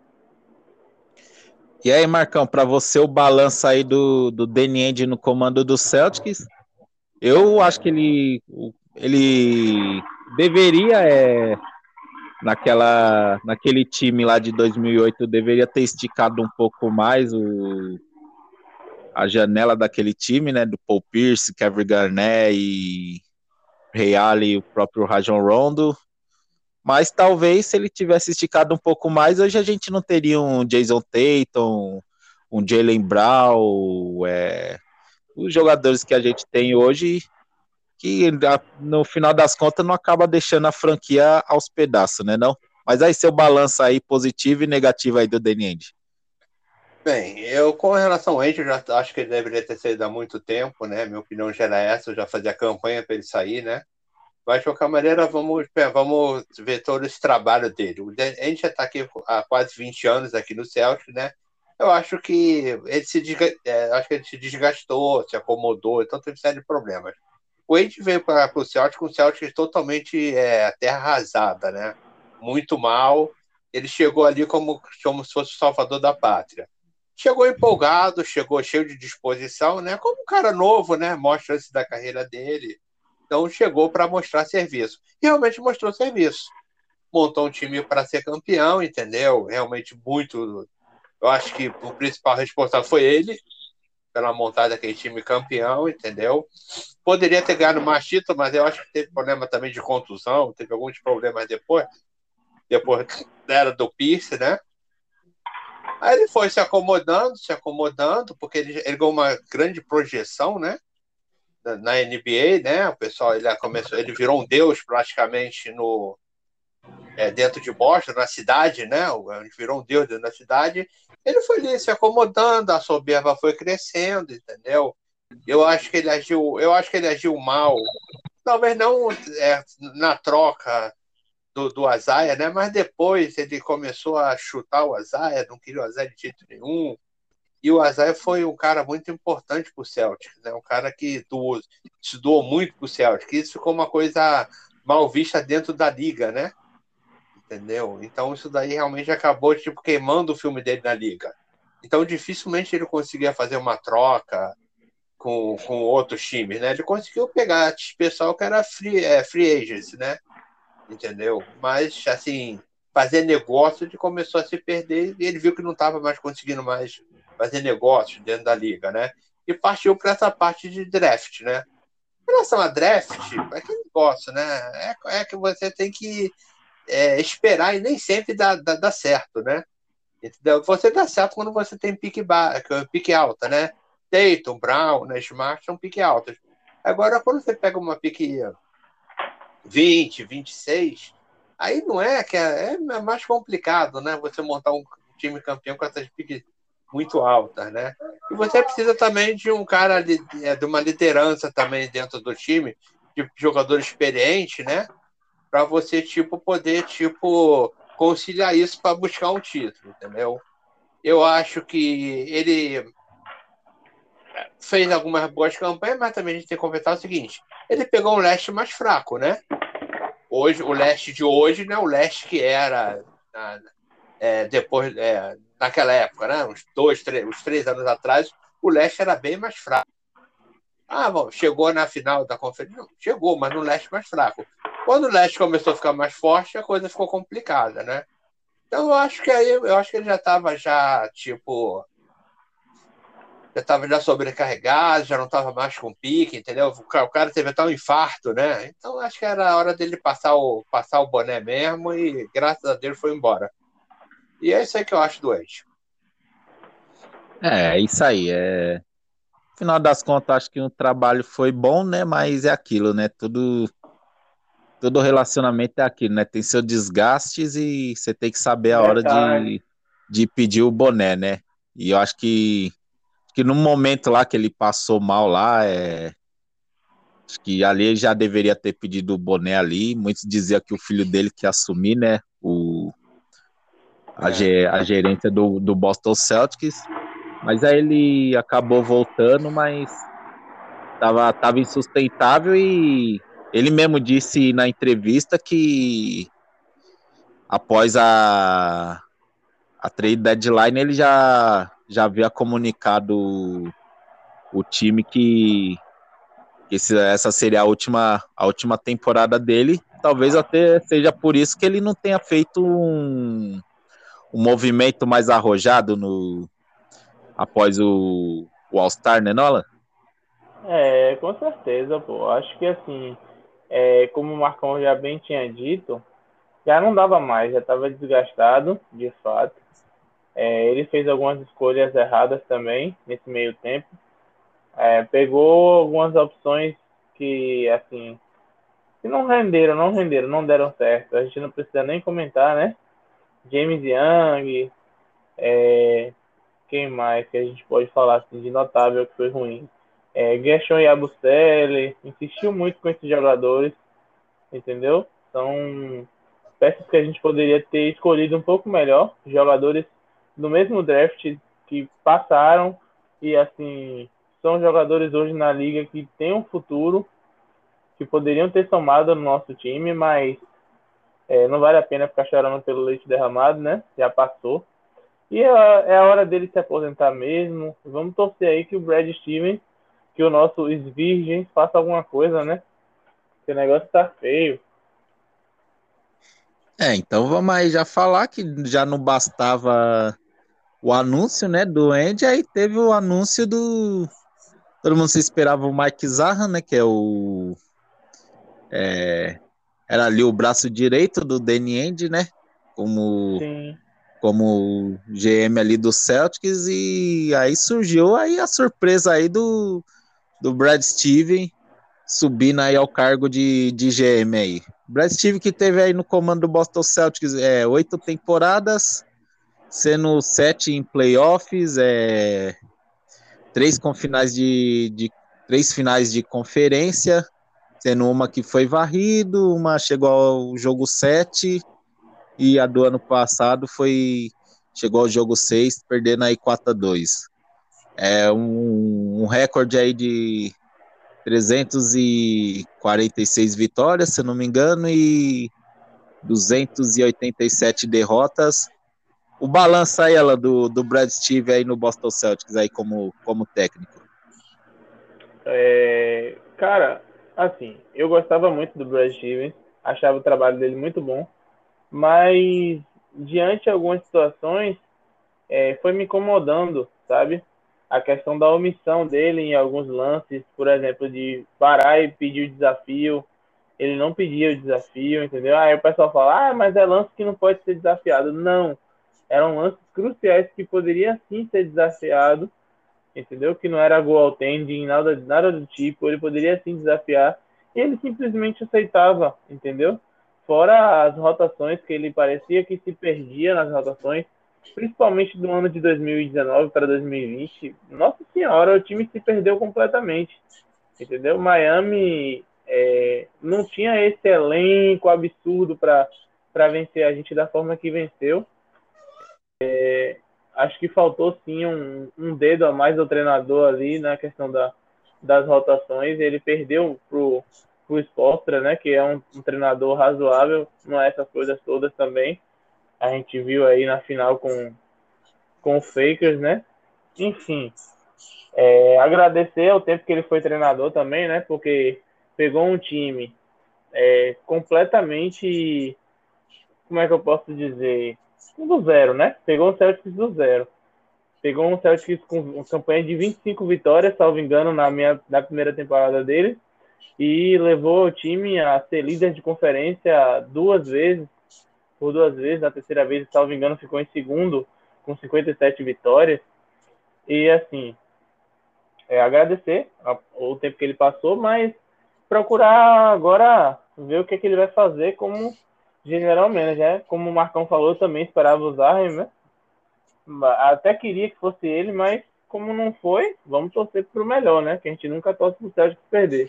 [SPEAKER 1] E aí, Marcão, para você o balanço aí do Danny Ainge no comando do Celtics, eu acho que ele deveria, naquele time lá de 2008, deveria ter esticado um pouco mais a janela daquele time, né, do Paul Pierce, Kevin Garnett e Ray Allen e o próprio Rajon Rondo. Mas talvez se ele tivesse esticado um pouco mais, hoje a gente não teria um Jason Tatum, um Jaylen Brown, os jogadores que a gente tem hoje, que no final das contas não acaba deixando a franquia aos pedaços, né, não? Mas aí seu balanço aí positivo e negativo aí do Danny Ainge.
[SPEAKER 3] Bem, eu com relação ao Andy, eu já acho que ele deveria ter saído há muito tempo, né? Minha opinião já era essa, eu já fazia campanha para ele sair, né? Mas, de qualquer maneira, vamos ver todo esse trabalho dele. A gente já está aqui há quase 20 anos aqui no Celtic, né? Eu acho que acho que ele se desgastou, se acomodou, então teve série de problemas. O Wade veio para o Celtic com o Celtic totalmente terra arrasada, né? Muito mal. Ele chegou ali como se fosse o salvador da pátria. Chegou empolgado, chegou cheio de disposição, né? Como um cara novo, né? Mostra-se da carreira dele. Então chegou para mostrar serviço. E realmente mostrou serviço. Montou um time para ser campeão, entendeu? Realmente muito. Eu acho que o principal responsável foi ele, pela montada daquele time campeão, entendeu? Poderia ter ganhado mais título, mas eu acho que teve problema também de contusão, teve alguns problemas depois da era do Pierce, né? Aí ele foi se acomodando, porque ele ganhou uma grande projeção, né? Na NBA, né? O pessoal ele virou um deus praticamente dentro de Boston, na cidade, né? Ele virou um deus dentro da cidade. Ele foi ali se acomodando, a soberba foi crescendo, entendeu? Eu acho que ele agiu mal. Talvez não na troca do Azaia, né? Mas depois ele começou a chutar o Azaia, não queria o Azaia de jeito nenhum. E o Azaia foi um cara muito importante para o Celtic, né? Um cara que se doou muito para o Celtic. Isso ficou uma coisa mal vista dentro da liga, né? Entendeu? Então isso daí realmente acabou tipo queimando o filme dele na liga. Então dificilmente ele conseguia fazer uma troca com outros times, né? Ele conseguiu pegar esse pessoal que era free agents, né? Entendeu? Mas assim, fazer negócio ele começou a se perder e ele viu que não estava mais conseguindo mais fazer negócios dentro da liga, né? E partiu para essa parte de draft, né? Em relação a draft, é que negócio, né? É que você tem que esperar e nem sempre dá certo, né? Entendeu? Você dá certo quando você tem pique alta, né? Tatum, Brown, né? Smart são pique altas. Agora, quando você pega uma pique 20, 26, aí não é mais complicado, né? Você montar um time campeão com essas piques muito altas, né? E você precisa também de um cara de uma liderança também dentro do time, de jogador experiente, né? Para você poder conciliar isso para buscar um título, entendeu? Eu acho que fez algumas boas campanhas, mas também a gente tem que comentar o seguinte: ele pegou um leste mais fraco, né? Hoje, o leste de hoje não é o leste que era depois, naquela época, né? Uns 3 anos atrás, o leste era bem mais fraco. Bom, chegou na final da conferência? Não, chegou, mas no leste mais fraco. Quando o leste começou a ficar mais forte, a coisa ficou complicada, né? Então eu acho que ele já estava tipo, já estava sobrecarregado, já não estava mais com pique, entendeu? O cara teve até um infarto, né? Então acho que era a hora dele passar o boné mesmo e graças a Deus foi embora. E é isso aí que eu acho do Edge.
[SPEAKER 1] É isso aí. Final das contas, acho que o trabalho foi bom, né? Mas é aquilo, né? Todo relacionamento é aquilo, né? Tem seus desgastes e você tem que saber a hora
[SPEAKER 2] Detalhe.
[SPEAKER 1] de pedir o boné, né? E eu acho que no momento lá que ele passou mal lá, acho que ali ele já deveria ter pedido o boné ali. Muitos diziam que o filho dele que ia assumir, né? A gerência do Boston Celtics. Mas aí ele acabou voltando, mas tava insustentável e ele mesmo disse na entrevista que após a trade deadline ele já havia comunicado o time que essa seria a última temporada dele. Talvez até seja por isso que ele não tenha feito um movimento mais arrojado após o All-Star, né, Nola?
[SPEAKER 2] Com certeza, pô. Acho que assim, como o Marcão já bem tinha dito, já não dava mais, já estava desgastado, de fato. Ele fez algumas escolhas erradas também nesse meio tempo. Pegou algumas opções que, assim, que não deram certo. A gente não precisa nem comentar, né? James Young, quem mais que a gente pode falar assim, de notável que foi ruim? Gershon Yabusele insistiu muito com esses jogadores, entendeu? São peças que a gente poderia ter escolhido um pouco melhor, jogadores do mesmo draft que passaram e assim são jogadores hoje na liga que têm um futuro, que poderiam ter somado no nosso time, mas não vale a pena ficar chorando pelo leite derramado, né? Já passou. E é a hora dele se aposentar mesmo. Vamos torcer aí que o Brad Stevens, que o nosso ex-virgem, faça alguma coisa, né? Porque o negócio tá feio.
[SPEAKER 1] Então vamos aí já falar que já não bastava o anúncio, né, do Andy, aí teve o anúncio do... Todo mundo se esperava o Mike Zaha, né, que era ali o braço direito do Danny Ainge, né, como,
[SPEAKER 2] Sim.
[SPEAKER 1] como GM ali do Celtics, e aí surgiu aí a surpresa aí do Brad Steven subindo aí ao cargo de GM aí. Brad Steve que teve aí no comando do Boston Celtics 8 temporadas, sendo 7 em playoffs, 3 com finais três finais de conferência, sendo uma que foi varrido, uma chegou ao jogo 7 e a do ano passado chegou ao jogo 6, perdendo aí 4-2. É um recorde aí de 346 vitórias, se não me engano, e 287 derrotas. O balanço aí, ela, do Brad Steve aí no Boston Celtics aí como técnico.
[SPEAKER 2] Cara, assim, eu gostava muito do Brad Stevens, achava o trabalho dele muito bom, mas diante de algumas situações, foi me incomodando, sabe? A questão da omissão dele em alguns lances, por exemplo, de parar e pedir o desafio, ele não pedia o desafio, entendeu? Aí o pessoal fala, mas é lance que não pode ser desafiado. Não, eram lances cruciais que poderia sim ser desafiado, entendeu? Que não era goaltending, nada do tipo, ele poderia sim desafiar, e ele simplesmente aceitava, entendeu? Fora as rotações, que ele parecia que se perdia nas rotações, principalmente do ano de 2019 para 2020. Nossa senhora, o time se perdeu completamente, entendeu? Miami não tinha esse elenco absurdo para vencer a gente da forma que venceu. acho que faltou sim um dedo a mais do treinador ali na questão das rotações. Ele perdeu pro Spoelstra, né, que é um treinador razoável, não é essas coisas todas também. A gente viu aí na final com o Fakers, né? Enfim, agradecer o tempo que ele foi treinador também, né? Porque pegou um time completamente, como é que eu posso dizer, do zero, né? Pegou o Celtics do zero. Pegou um Celtics com uma campanha de 25 vitórias, salvo engano, na primeira temporada dele, e levou o time a ser líder de conferência por duas vezes. Na terceira vez, salvo engano, ficou em segundo, com 57 vitórias. E, assim, agradecer o tempo que ele passou, mas procurar agora ver o que ele vai fazer como general manager. Como o Marcão falou, eu também esperava o Zaha, né? Até queria que fosse ele, mas como não foi, vamos torcer pro melhor, né? Que a gente nunca torce pro Celtics perder.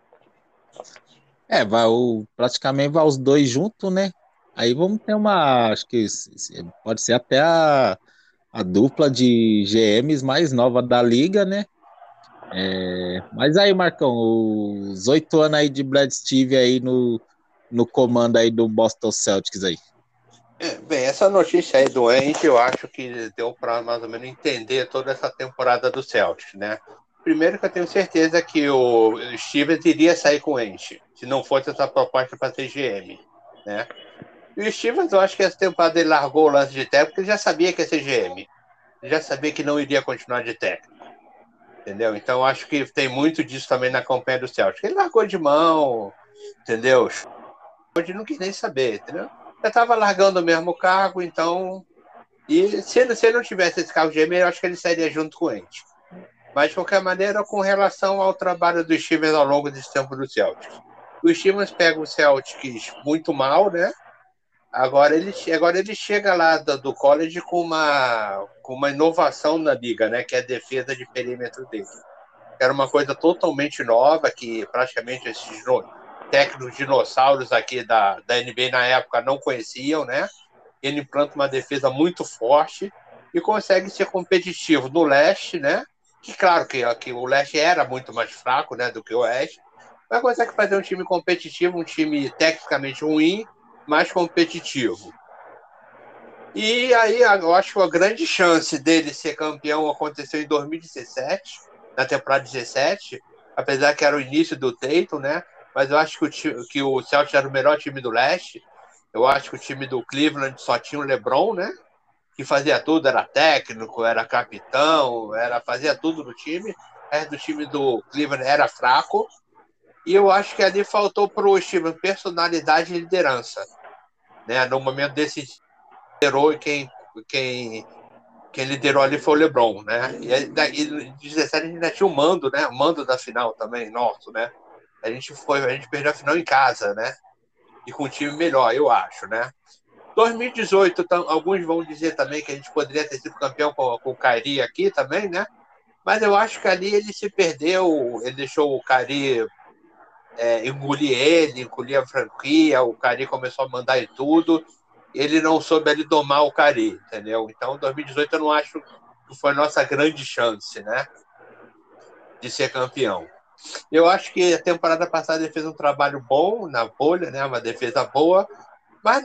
[SPEAKER 1] Praticamente vai os dois juntos, né? Aí vamos ter acho que pode ser até a dupla de GMs mais nova da liga, né? Mas aí, Marcão, os 8 anos aí de Brad Steve aí no comando aí do Boston Celtics aí.
[SPEAKER 3] Bem, essa notícia aí do Ente, eu acho que deu para mais ou menos entender toda essa temporada do Celtics, né? Primeiro que eu tenho certeza que o Stevens iria sair com o Ente, se não fosse essa proposta para ser GM, né? E o Stevens, eu acho que essa temporada ele largou o lance de técnico, porque ele já sabia que ia ser GM. Ele já sabia que não iria continuar de técnico, entendeu? Então, eu acho que tem muito disso também na campanha do Celtics. Ele largou de mão, entendeu? Hoje não quis nem saber, entendeu? Já estava largando o mesmo cargo, então. E se ele não tivesse esse cargo de GM, eu acho que ele sairia junto com ele. Mas, de qualquer maneira, com relação ao trabalho do Stevens ao longo desse tempo do Celtics. O Stevens pega o Celtics muito mal, né? Agora ele chega lá do college com uma inovação na liga, né? Que é a defesa de perímetro dele. Era uma coisa totalmente nova, que praticamente esses técnicos dinossauros aqui da NBA na época não conheciam, né? Ele implanta uma defesa muito forte e consegue ser competitivo no leste, né? Que claro que o leste era muito mais fraco, né, do que o oeste, mas consegue fazer um time competitivo, um time tecnicamente ruim, mas competitivo. E aí eu acho que a grande chance dele ser campeão aconteceu em 2017, na temporada 17, apesar que era o início do Tatum, né? Mas eu acho que o Celtics era o melhor time do leste. Eu acho que o time do Cleveland só tinha o LeBron, né? Que fazia tudo, era técnico, era capitão, fazia tudo no time. O resto do time do Cleveland era fraco. E eu acho que ali faltou para o Steve personalidade e liderança. Né? No momento desse liderou, quem liderou ali foi o LeBron, né? E em 17 a gente ainda tinha o Mando, né? O Mando da final também, nosso, né? A gente perdeu a final em casa, né? E com um time melhor, eu acho, né? 2018, alguns vão dizer também que a gente poderia ter sido campeão com o Kyrie aqui também, né? Mas eu acho que ali ele se perdeu, ele deixou o Kyrie engolir a franquia, o Kyrie começou a mandar em tudo, ele não soube ali domar o Kyrie, entendeu? Então, 2018 eu não acho que foi a nossa grande chance, né? De ser campeão. Eu acho que a temporada passada ele fez um trabalho bom na bolha, né? Uma defesa boa, mas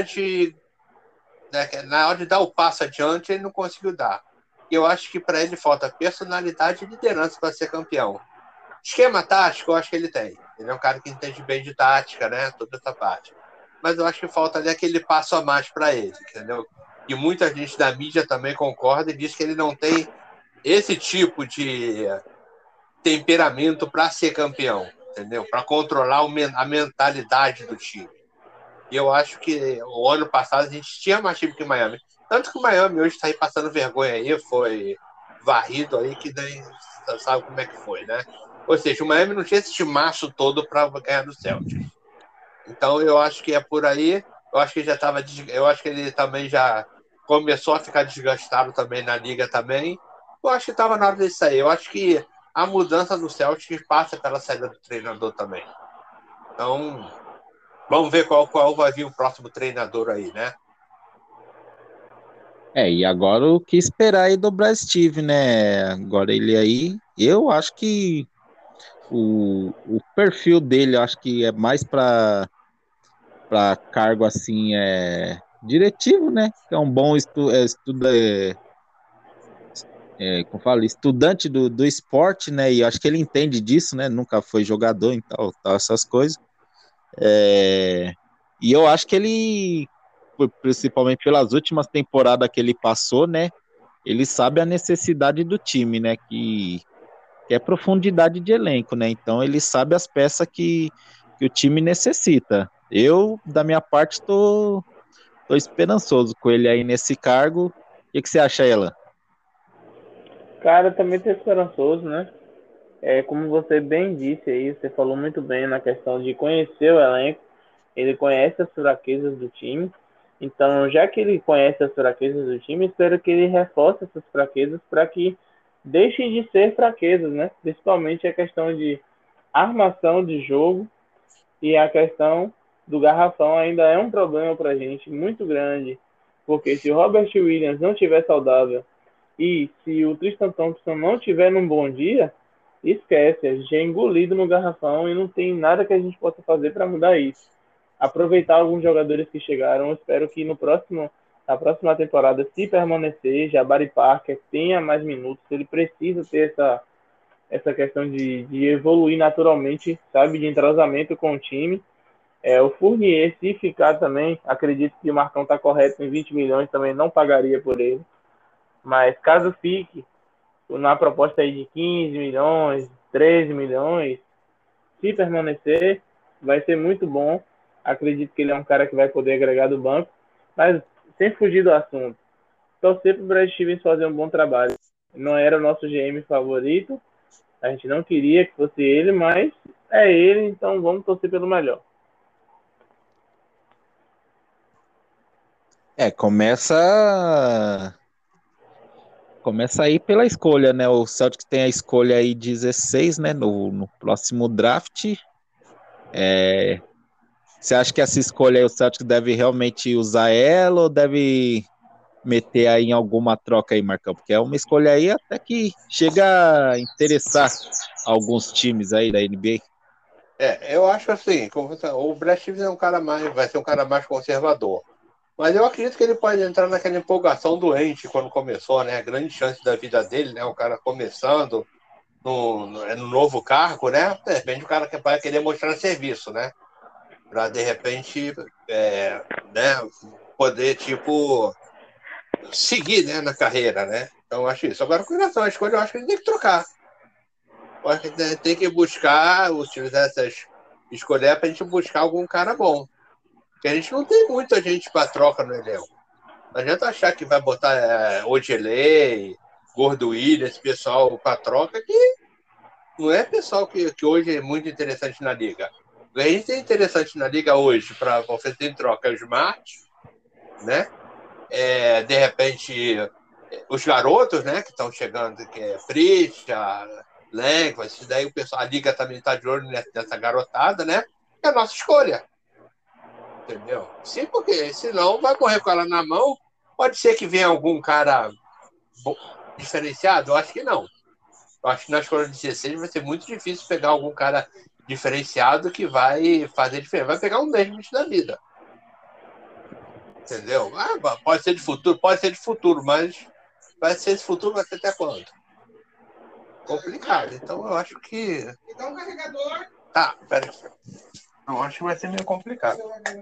[SPEAKER 3] na hora de dar o passo adiante, ele não conseguiu dar. Eu acho que para ele falta personalidade e liderança para ser campeão. Esquema tático, eu acho que ele tem. Ele é um cara que entende bem de tática, né? Toda essa parte. Mas eu acho que falta ali aquele passo a mais para ele, entendeu? E muita gente da mídia também concorda e diz que ele não tem esse tipo de temperamento para ser campeão, entendeu? Para controlar a mentalidade do time. E eu acho que o ano passado a gente tinha mais time que o Miami. Tanto que o Miami hoje está aí passando vergonha aí, foi varrido aí, que daí sabe como é que foi, né? Ou seja, o Miami não tinha esse timaço todo para ganhar do Celtics. Então eu acho que é por aí. Eu acho que ele já estava. Eu acho que ele também já começou a ficar desgastado também na liga também. Eu acho que estava na hora de sair. Eu acho que a mudança do Celtics passa pela saída do treinador também. Então, vamos ver qual vai vir o próximo treinador aí, né?
[SPEAKER 1] E agora o que esperar aí do Brad Steve, né? Agora ele aí, eu acho que o perfil dele, eu acho que é mais para cargo assim, diretivo, né? Que é um bom como fala, estudante do esporte, né? E eu acho que ele entende disso, né? Nunca foi jogador e tal, essas coisas. É, e eu acho que ele, principalmente pelas últimas temporadas que ele passou, né? Ele sabe a necessidade do time, né? Que é profundidade de elenco, né? Então ele sabe as peças que o time necessita. Eu, da minha parte, tô esperançoso com ele aí nesse cargo. O que você acha, ela?
[SPEAKER 2] Cara, também tô esperançoso, né? Como você bem disse aí, você falou muito bem na questão de conhecer o elenco, ele conhece as fraquezas do time. Então, já que ele conhece as fraquezas do time, espero que ele reforce essas fraquezas para que deixem de ser fraquezas, né? Principalmente a questão de armação de jogo e a questão do garrafão ainda é um problema para a gente muito grande, porque se o Robert Williams não estiver saudável e se o Tristan Thompson não estiver num bom dia, esquece, a gente é engolido no garrafão e não tem nada que a gente possa fazer para mudar isso. Aproveitar alguns jogadores que chegaram, espero que na próxima temporada, se permanecer, Jabari Parker tenha mais minutos, ele precisa ter essa questão de evoluir naturalmente, sabe, de entrosamento com o time. O Fournier, se ficar também, acredito que o Marcão está correto em 20 milhões, também não pagaria por ele. Mas caso fique na proposta aí de 15 milhões, 13 milhões, se permanecer, vai ser muito bom. Acredito que ele é um cara que vai poder agregar do banco. Mas, sem fugir do assunto, torcer para o Brad Stevens fazer um bom trabalho. Não era o nosso GM favorito, a gente não queria que fosse ele, mas é ele, então vamos torcer pelo melhor.
[SPEAKER 1] Começa aí pela escolha, né? O Celtic tem a escolha aí 16, né? No próximo draft. Você acha que essa escolha aí o Celtic deve realmente usar ela ou deve meter aí em alguma troca aí, Marcão? Porque é uma escolha aí até que chega a interessar alguns times aí da NBA.
[SPEAKER 3] Eu acho assim, o Brad Stevens é um cara mais, vai ser um cara mais conservador. Mas eu acredito que ele pode entrar naquela empolgação doente quando começou, né? A grande chance da vida dele, né? O cara começando no novo cargo, né? De repente o cara vai querer mostrar serviço, né? Para de repente, né? Poder, tipo, seguir, né? Na carreira, né? Então eu acho isso. Agora, com relação à escolha, eu acho que ele tem que trocar. Eu acho que tem que buscar, utilizar essas escolher para a gente buscar algum cara bom. Porque a gente não tem muita gente para troca no elenco. Não adianta achar que vai botar Odelei, Gordo Williams, esse pessoal para troca, que não é pessoal que hoje é muito interessante na liga. O que a gente tem interessante na liga hoje para oferecer em troca é o Smart, né? De repente, os garotos, né, que estão chegando, que é Pritcha, Lenko, isso daí o pessoal, a liga também está de olho nessa garotada, né? É a nossa escolha. Entendeu? Sim, porque senão vai morrer com ela na mão. Pode ser que venha algum cara diferenciado? Eu acho que não. Eu acho que na escola de 16 vai ser muito difícil pegar algum cara diferenciado que vai fazer diferença. Vai pegar um Nesmith da vida. Entendeu? Pode ser de futuro, mas vai ser de futuro, vai ser até quando? Complicado. Então eu acho que. Então, carregador. Tá, peraí. Eu acho que vai ser meio complicado.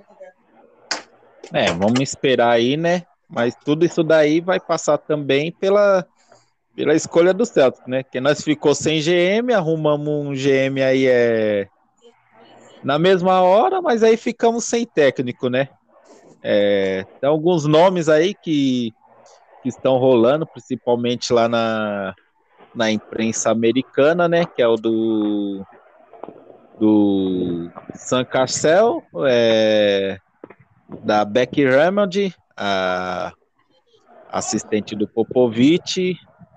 [SPEAKER 1] Vamos esperar aí, né? Mas tudo isso daí vai passar também pela escolha do Celtic, né? Que nós ficou sem GM, arrumamos um GM aí na mesma hora, mas aí ficamos sem técnico, né? Tem alguns nomes aí que estão rolando, principalmente lá na imprensa americana, né? Que é o do Sam Cassell, da Becky Hammond, a assistente do Popovich,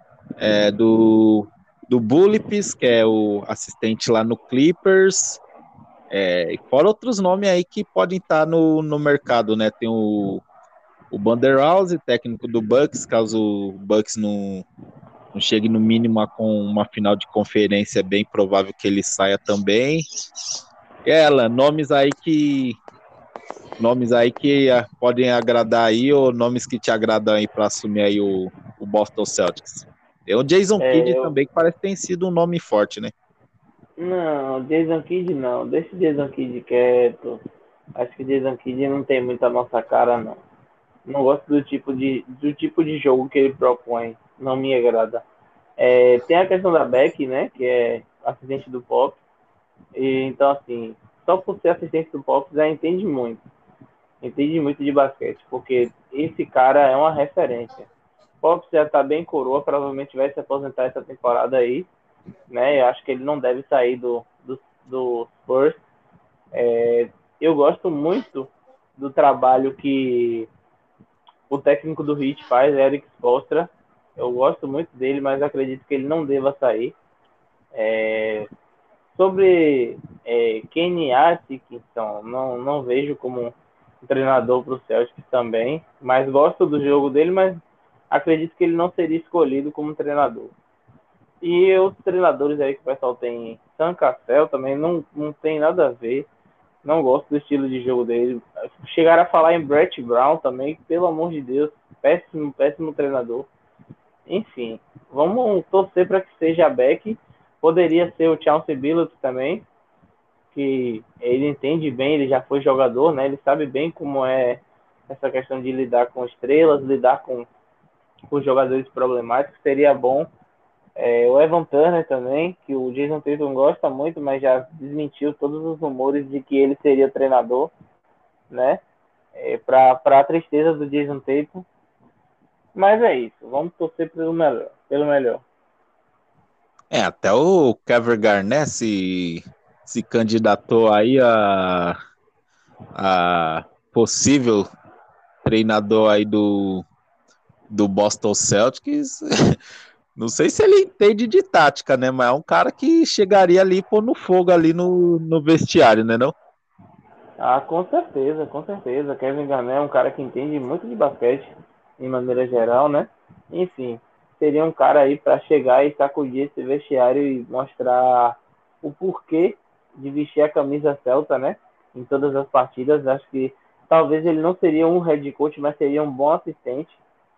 [SPEAKER 1] do Bulips, que é o assistente lá no Clippers, e fora outros nomes aí que podem estar no mercado, né? Tem o Bandersnatch, técnico do Bucks, caso o Bucks não chegue no mínimo com uma final de conferência, é bem provável que ele saia também. E ela, nomes aí que podem agradar aí, ou nomes que te agradam aí para assumir aí o Boston Celtics. Tem o Jason Kidd também, que parece que tem sido um nome forte, né?
[SPEAKER 2] Não, Jason Kidd não. Deixa o Jason Kidd quieto. Acho que Jason Kidd não tem muito a nossa cara, não. Não gosto do tipo de jogo que ele propõe. Não me agrada. Tem a questão da Beck, né? Que é assistente do Pop. E, então, assim, só por ser assistente do Pop já entende muito. Entende muito de basquete. Porque esse cara é uma referência. Pop já tá bem coroa. Provavelmente vai se aposentar essa temporada aí. Né? Eu acho que ele não deve sair do Spurs. Eu gosto muito do trabalho que o técnico do Heat faz, Eric Spoelstra. Eu gosto muito dele, mas acredito que ele não deva sair. Sobre Kenny Atkinson, não vejo como um treinador para o Celtics também, mas gosto do jogo dele, mas acredito que ele não seria escolhido como treinador. E os treinadores aí que o pessoal tem, Sam Cassell também não tem nada a ver. Não gosto do estilo de jogo dele. Chegaram a falar em Brett Brown também, pelo amor de Deus, péssimo treinador. Enfim, vamos torcer para que seja a Beck. Poderia ser o Chauncey Billups também, que ele entende bem, ele já foi jogador, né? Ele sabe bem como é essa questão de lidar com estrelas, lidar com jogadores problemáticos. Seria bom. O Evan Turner também, que o Jason Tatum gosta muito, mas já desmentiu todos os rumores de que ele seria treinador, né? Para a tristeza do Jason Tatum. Mas é isso, vamos torcer pelo melhor.
[SPEAKER 1] Até o Kevin Garnett se candidatou aí a possível treinador aí do Boston Celtics. Não sei se ele entende de tática, né? Mas é um cara que chegaria ali pôr no fogo ali no vestiário, né, não?
[SPEAKER 2] Com certeza, com certeza. Kevin Garnett é um cara que entende muito de basquete, de maneira geral, né? Enfim, seria um cara aí para chegar e sacudir esse vestiário e mostrar o porquê de vestir a camisa celta, né? Em todas as partidas. Acho que talvez ele não seria um head coach, mas seria um bom assistente.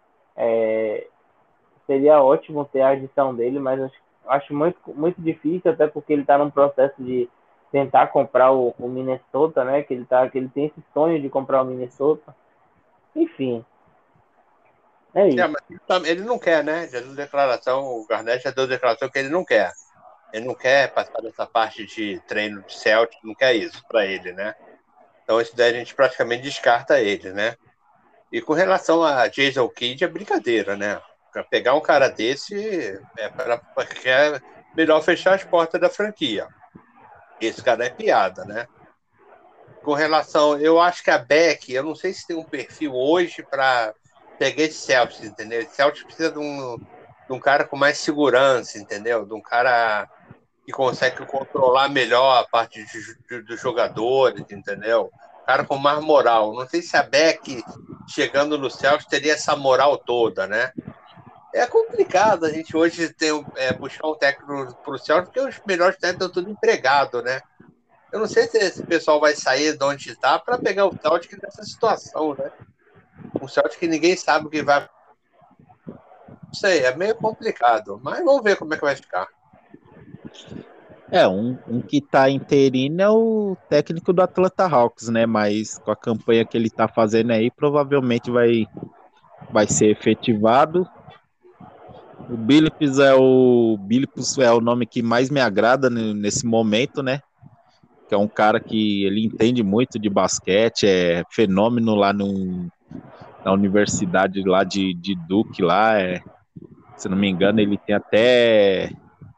[SPEAKER 2] Seria ótimo ter a adição dele, mas acho muito, muito difícil, até porque ele está num processo de tentar comprar o Minnesota, né? Que ele tem esse sonho de comprar o Minnesota. Enfim, é isso.
[SPEAKER 3] Mas ele não quer, né? Já deu declaração, o Garnett já deu declaração que ele não quer. Ele não quer passar dessa parte de treino de Celtic, não quer isso para ele, né? Então isso daí a gente praticamente descarta ele, né? E com relação a Jason Kidd, é brincadeira, né? Para pegar um cara desse, é melhor fechar as portas da franquia. Esse cara é piada, né? Com relação, eu acho que a Beck, eu não sei se tem um perfil hoje para pegar esse Celtics, entendeu? O Celtics precisa de um cara com mais segurança, entendeu? De um cara que consegue controlar melhor a parte dos jogadores, entendeu? Cara com mais moral. Não sei se a Beck, chegando no Celtics, teria essa moral toda, né? É complicado a gente hoje buscar um técnico para o Celtics, porque os melhores técnicos estão tudo empregado, né? Eu não sei se esse pessoal vai sair de onde está para pegar o Celtic nessa situação, né? Um Celtic que ninguém sabe o que vai. Não sei, é meio complicado, mas vamos ver como é que vai ficar.
[SPEAKER 1] Um que tá interino é o técnico do Atlanta Hawks, né? Mas com a campanha que ele tá fazendo aí, provavelmente vai ser efetivado. O Billups é o nome que mais me agrada nesse momento, né? Que é um cara que ele entende muito de basquete, é fenômeno lá na universidade lá de Duke, lá, se não me engano, ele tem até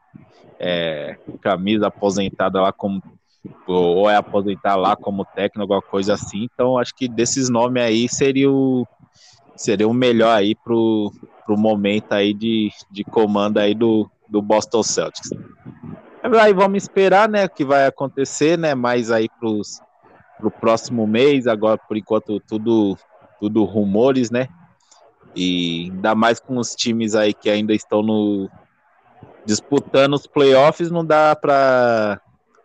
[SPEAKER 1] camisa aposentada lá como, ou é aposentar lá como técnico, alguma coisa assim. Então, acho que desses nomes aí seria o melhor aí pro momento aí de comando aí do Boston Celtics. Aí vamos esperar, né, o que vai acontecer, né, mais aí pro próximo mês. Agora, por enquanto, tudo tudo rumores, né? E ainda mais com os times aí que ainda estão disputando os playoffs, não dá para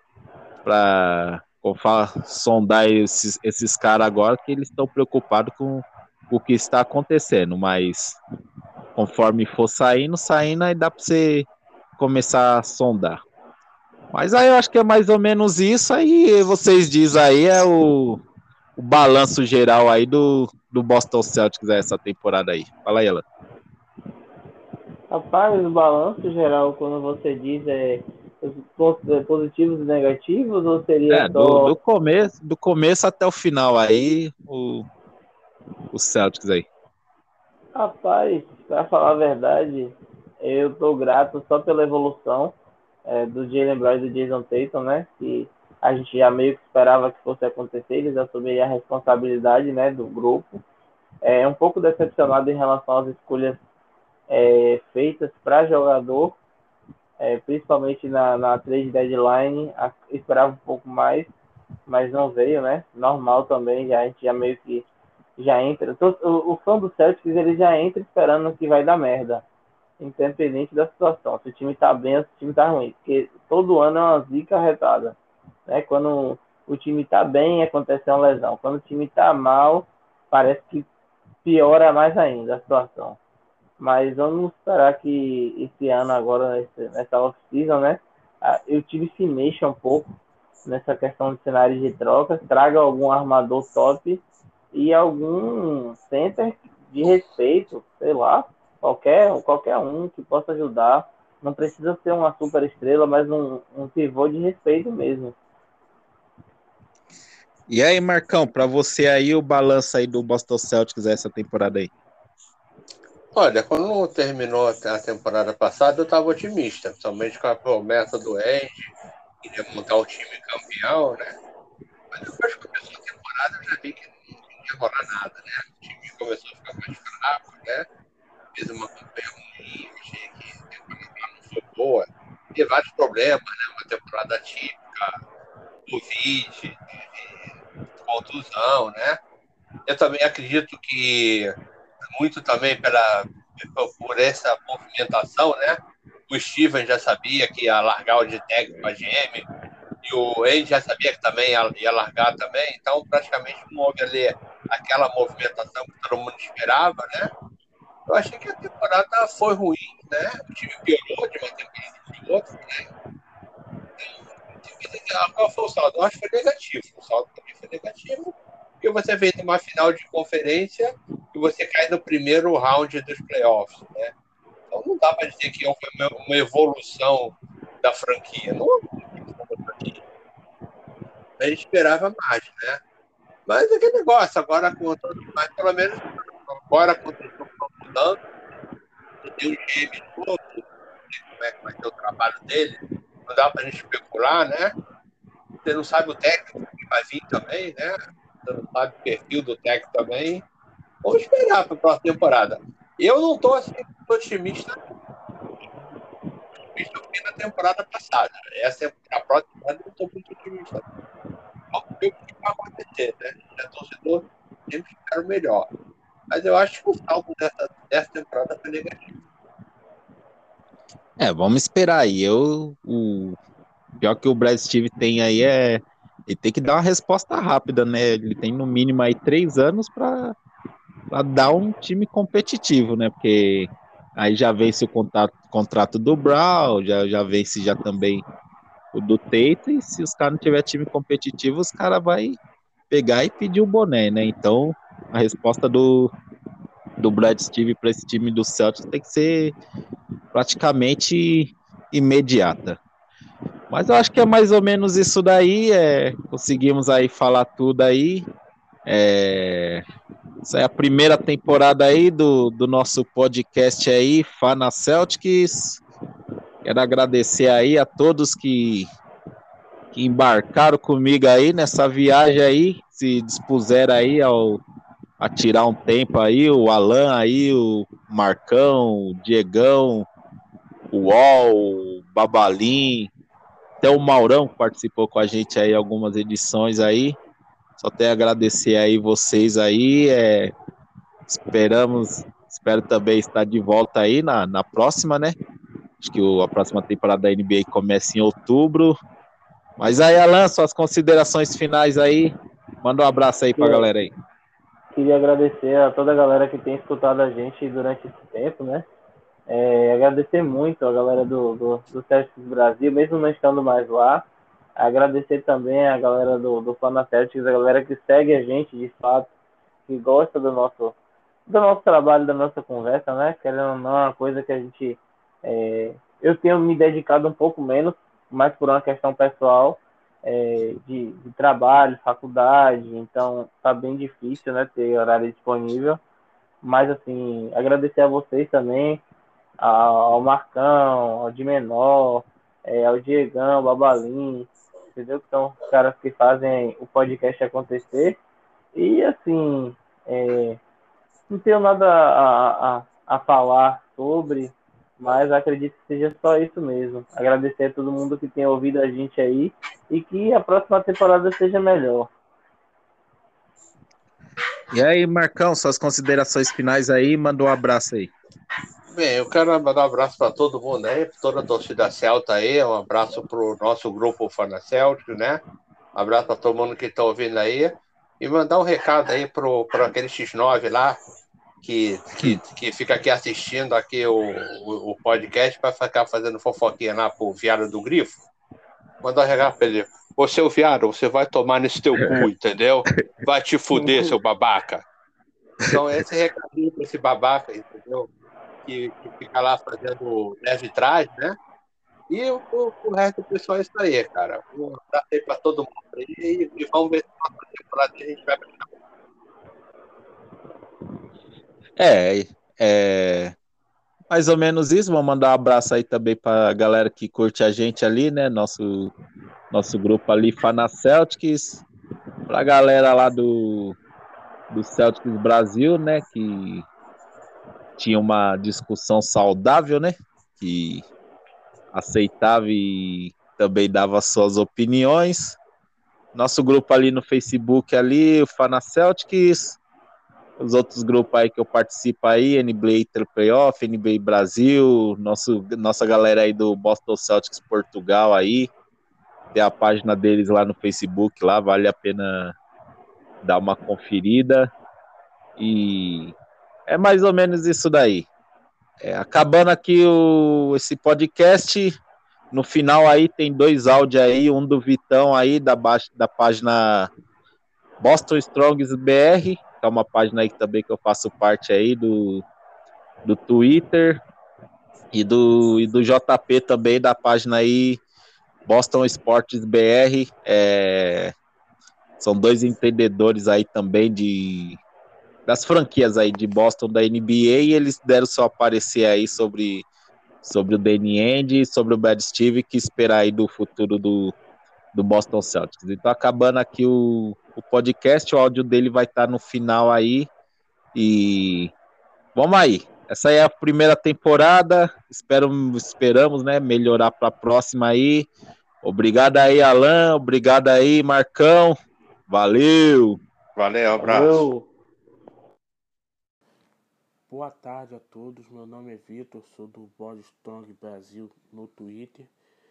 [SPEAKER 1] como fala, sondar esses caras agora, que eles estão preocupados com o que está acontecendo, mas conforme for saindo, aí dá para você começar a sondar. Mas aí eu acho que é mais ou menos isso, aí vocês dizem aí, o balanço geral aí do Boston Celtics essa temporada aí. Fala aí, ela.
[SPEAKER 2] Rapaz, o balanço geral, quando você diz os pontos positivos e negativos, ou seria
[SPEAKER 1] Do
[SPEAKER 2] só...
[SPEAKER 1] começo até o final aí, o Celtics aí.
[SPEAKER 2] Rapaz, pra falar a verdade, eu tô grato só pela evolução do Jaylen Brown e do Jason Tatum, né? Que a gente já meio que esperava que fosse acontecer, eles assumiram a responsabilidade, né, do grupo. É um pouco decepcionado em relação às escolhas feitas para jogador, principalmente na trade deadline, esperava um pouco mais, mas não veio, né? Normal também, a gente já meio que já entra. O fã do Celtics ele já entra esperando que vai dar merda, independente da situação. Se o time tá bem ou se o time tá ruim, porque todo ano é uma zica arretada, né? Quando o time tá bem, acontece uma lesão. Quando o time tá mal, parece que piora mais ainda a situação. Mas vamos esperar que esse ano agora, nessa off-season, né, o time se mexa um pouco nessa questão de cenário de trocas, traga algum armador top e algum center de respeito, sei lá, qualquer um que possa ajudar. Não precisa ser uma super estrela, mas um pivô de respeito mesmo.
[SPEAKER 1] E aí, Marcão, para você aí, o balanço aí do Boston Celtics essa temporada aí?
[SPEAKER 3] Olha, quando terminou a temporada passada, eu estava otimista, principalmente com a promessa do Andy, queria montar um time campeão, né? Mas depois que começou a temporada, eu já vi que não ia rolar nada, né? O time começou a ficar mais fraco, né? Fez uma campanha ruim, eu achei que a temporada não foi boa. Teve vários problemas, né? Uma temporada típica, Covid, contusão, né? Eu também acredito que muito também por essa movimentação, né? O Steven já sabia que ia largar o de técnico com a GM, e o Andy já sabia que também ia largar também, então praticamente não houve ali aquela movimentação que todo mundo esperava, né? Eu achei que a temporada foi ruim, né? O time piorou de uma temporada para outra, né? Qual foi o saldo? Eu acho que foi negativo. O saldo também foi negativo, porque você vem numa final de conferência e você cai no primeiro round dos playoffs, né? Então não dá para dizer que houve uma evolução da franquia. Não houve uma evolução da franquia. A gente esperava mais, né? Mas é aquele negócio, agora com mas pelo menos agora com o estão mudando, tem um GM novo, como é que vai ser o trabalho dele, não dá para a gente especular, né? Você não sabe o técnico que vai vir também, né? Você não sabe o perfil do técnico também. Vamos esperar para a próxima temporada. Eu não estou assim, otimista. Eu fui na temporada passada. Essa é a próxima temporada, eu não estou muito otimista. Vamos ver o que vai acontecer, né? A torcedor sempre ficar o melhor. Mas eu acho que o saldo dessa temporada foi negativo.
[SPEAKER 1] Vamos esperar aí. O pior que o Brad Steve tem aí ele tem que dar uma resposta rápida, né? Ele tem no mínimo aí 3 anos para dar um time competitivo, né? Porque aí já vence o contrato do Brown, já vence já também o do Tate, e se os caras não tiver time competitivo, os caras vai pegar e pedir o boné, né? Então, a resposta do Brad Steve para esse time do Celtics tem que ser praticamente imediata. Mas eu acho que é mais ou menos isso daí. Conseguimos aí falar tudo aí. Essa é a primeira temporada aí do nosso podcast aí, Fana Celtics. Quero agradecer aí a todos que embarcaram comigo aí nessa viagem aí, se dispuseram aí a tirar um tempo aí, o Alan aí, o Marcão, o Diegão, o Uol, o Babalim, até o Maurão que participou com a gente aí algumas edições aí. Só tenho a agradecer aí vocês aí, Espero também estar de volta aí na próxima, né? Acho que a próxima temporada da NBA começa em outubro. Mas aí, Alan, suas considerações finais aí. Manda um abraço aí pra galera aí.
[SPEAKER 2] Queria agradecer a toda a galera que tem escutado a gente durante esse tempo, né? Agradecer muito a galera do Celtics Brasil, mesmo não estando mais lá. Agradecer também a galera do Fana Celtics, a galera que segue a gente de fato, que gosta do nosso trabalho, da nossa conversa, né? Querendo ou não, é uma coisa que a gente. Eu tenho me dedicado um pouco menos, mais por uma questão pessoal, de trabalho, faculdade, então tá bem difícil, né? Ter horário disponível. Mas, assim, agradecer a vocês também, ao Marcão, ao de Menor, ao Diegão, ao Babalim, entendeu? Que são os caras que fazem o podcast acontecer. E, assim, não tenho nada a falar sobre, mas acredito que seja só isso mesmo. Agradecer a todo mundo que tem ouvido a gente aí e que a próxima temporada seja melhor.
[SPEAKER 1] E aí, Marcão, suas considerações finais aí, manda um abraço aí.
[SPEAKER 3] Bem, eu quero mandar um abraço para todo mundo aí, para toda a torcida Celta aí, um abraço para o nosso grupo Fana Celtic, né? Um abraço para todo mundo que está ouvindo aí. E mandar um recado aí para aquele X9 lá, que fica aqui assistindo aqui o podcast para ficar fazendo fofoquinha lá pro Viário do Grifo. Mandar um recado para ele. Ô, seu Viário, você vai tomar nesse teu cu, entendeu? Vai te fuder, seu babaca. Então, esse recadinho para esse babaca, entendeu? Que fica lá fazendo leve trás, né? E o resto do pessoal é isso aí, cara. Um abraço aí pra todo mundo aí e vamos ver se na próxima temporada a gente vai.
[SPEAKER 1] É mais ou menos isso. Vou mandar um abraço aí também pra galera que curte a gente ali, né? Nosso grupo ali, Fana Celtics. Pra galera lá do Celtics Brasil, né? Que tinha uma discussão saudável, né? Que aceitava e também dava suas opiniões. Nosso grupo ali no Facebook ali, o Fana Celtics, os outros grupos aí que eu participo aí, NBA Inter Playoff, NBA Brasil, nossa galera aí do Boston Celtics Portugal aí, tem a página deles lá no Facebook, lá vale a pena dar uma conferida e é mais ou menos isso daí. Acabando aqui esse podcast, no final aí tem 2 áudios aí, um do Vitão aí da página Boston Strongs BR, que é uma página aí também que eu faço parte aí do Twitter, e do JP também, da página aí Boston Sports BR. São 2 entendedores aí também das franquias aí de Boston da NBA, e eles deram seu aparecer aí sobre o Danny Ainge e sobre o Brad Steve, que esperar aí do futuro do Boston Celtics. Então, acabando aqui o podcast, o áudio dele vai estar no final aí. E vamos aí. Essa aí é a primeira temporada. Esperamos, né, melhorar para a próxima aí. Obrigado aí, Alan. Obrigado aí, Marcão. Valeu.
[SPEAKER 3] Valeu, abraço.
[SPEAKER 2] Valeu!
[SPEAKER 4] Boa tarde a todos, meu nome é Vitor, sou do Body Strong Brasil no Twitter.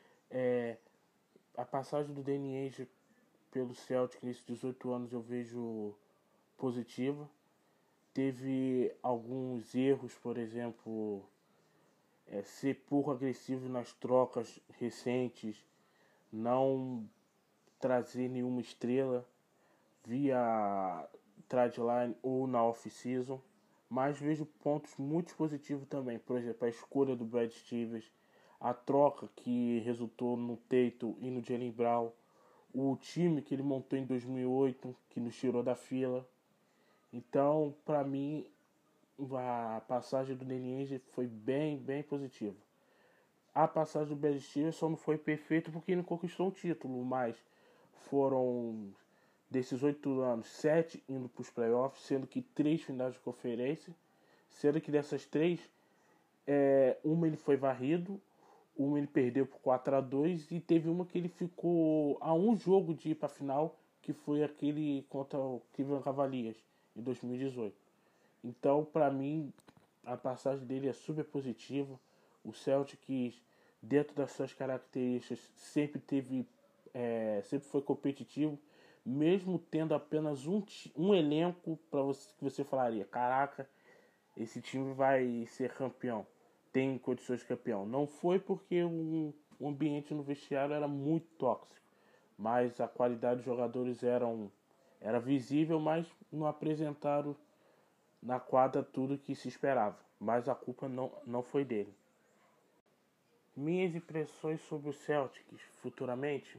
[SPEAKER 4] A passagem do Danny Ainge pelo Celtic nesses 18 anos eu vejo positiva. Teve alguns erros, por exemplo, ser pouco agressivo nas trocas recentes, não trazer nenhuma estrela via trade line ou na off-season. Mas vejo pontos muito positivos também. Por exemplo, a escolha do Brad Stevens, a troca que resultou no Tatum e no Jaylen Brown, o time que ele montou em 2008, que nos tirou da fila. Então, para mim, a passagem do Danny Ainge foi bem, bem positiva. A passagem do Brad Stevens só não foi perfeita porque ele não conquistou um título, mas foram desses 8 anos, 7 indo para os playoffs, sendo que 3 finais de conferência, sendo que dessas 3, uma ele foi varrido, uma ele perdeu por 4-2 e teve uma que ele ficou a um jogo de ir para a final, que foi aquele contra o Cleveland Cavaliers, em 2018. Então, para mim, a passagem dele é super positiva. O Celtics, dentro das suas características, sempre foi competitivo, mesmo tendo apenas um elenco para você que você falaria, caraca, esse time vai ser campeão, tem condições de campeão. Não foi porque o ambiente no vestiário era muito tóxico, mas a qualidade dos jogadores era visível, mas não apresentaram na quadra tudo que se esperava. Mas a culpa não foi dele. Minhas impressões sobre o Celtics futuramente,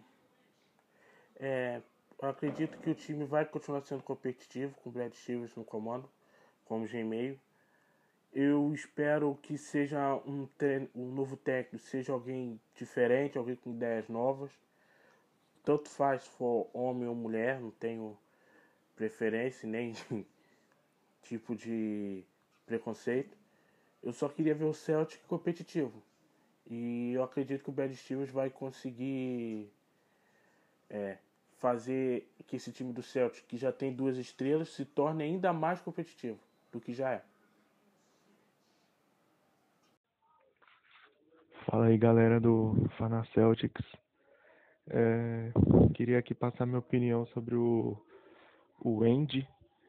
[SPEAKER 4] eu acredito que o time vai continuar sendo competitivo com o Brad Stevens no comando, como Gmail. Eu espero que seja um novo técnico, seja alguém diferente, alguém com ideias novas. Tanto faz se for homem ou mulher, não tenho preferência nem tipo de preconceito. Eu só queria ver o Celtic competitivo. E eu acredito que o Brad Stevens vai conseguir fazer que esse time do Celtic, que já tem 2 estrelas, se torne ainda mais competitivo do que já é.
[SPEAKER 5] Fala aí, galera do Fana Celtics. Queria aqui passar minha opinião sobre o Andy.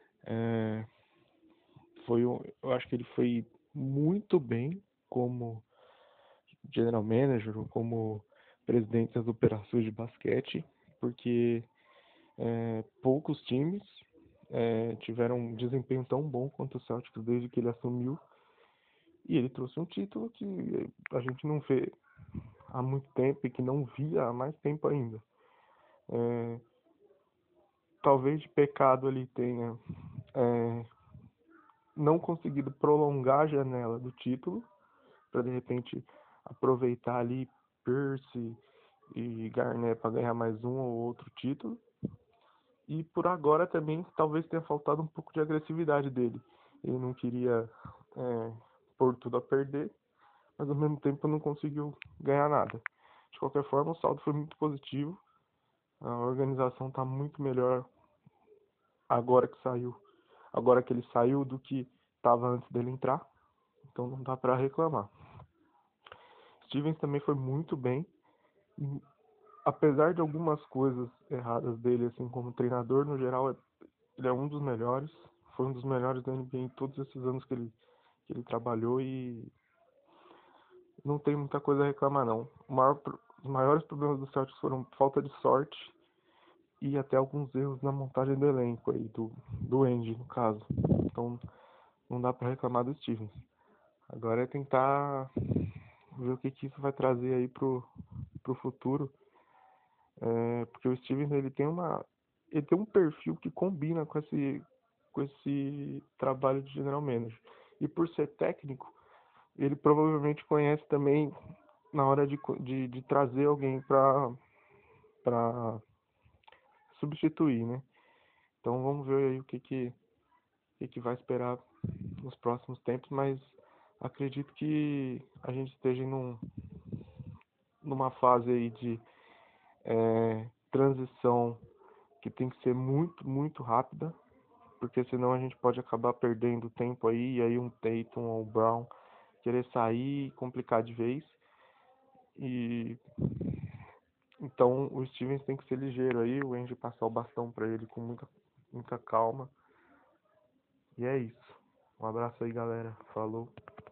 [SPEAKER 5] Eu acho que ele foi muito bem como general manager ou como presidente das operações de basquete, porque poucos times tiveram um desempenho tão bom quanto o Celtics desde que ele assumiu. E ele trouxe um título que a gente não vê há muito tempo e que não via há mais tempo ainda. Talvez de pecado ele tenha não conseguido prolongar a janela do título, para de repente aproveitar ali Pierce e Garnett para ganhar mais um ou outro título. E por agora também talvez tenha faltado um pouco de agressividade dele. Ele não queria pôr tudo a perder, mas ao mesmo tempo não conseguiu ganhar nada. De qualquer forma, o saldo foi muito positivo. A organização está muito melhor agora que ele saiu do que estava antes dele entrar. Então não dá para reclamar. Stevens também foi muito bem. E, apesar de algumas coisas erradas dele, assim como treinador, no geral, ele é um dos melhores. Foi um dos melhores da NBA em todos esses anos que ele trabalhou e não tem muita coisa a reclamar, não. Os maiores problemas do Celtics foram falta de sorte e até alguns erros na montagem do elenco aí, do Andy, no caso. Então, não dá para reclamar do Stevens. Agora é tentar ver o que isso vai trazer aí pro futuro. Porque o Stevens, ele tem um perfil que combina com esse trabalho de general manager. E por ser técnico, ele provavelmente conhece também na hora de trazer alguém para substituir, né? Então vamos ver aí o que vai esperar nos próximos tempos, mas acredito que a gente esteja numa fase aí de transição que tem que ser muito, muito rápida, porque senão a gente pode acabar perdendo tempo aí, e aí um Tatum ou Brown querer sair e complicar de vez. E então o Stevens tem que ser ligeiro aí, o Andy passar o bastão para ele com muita, muita calma. E é isso. Um abraço aí, galera. Falou.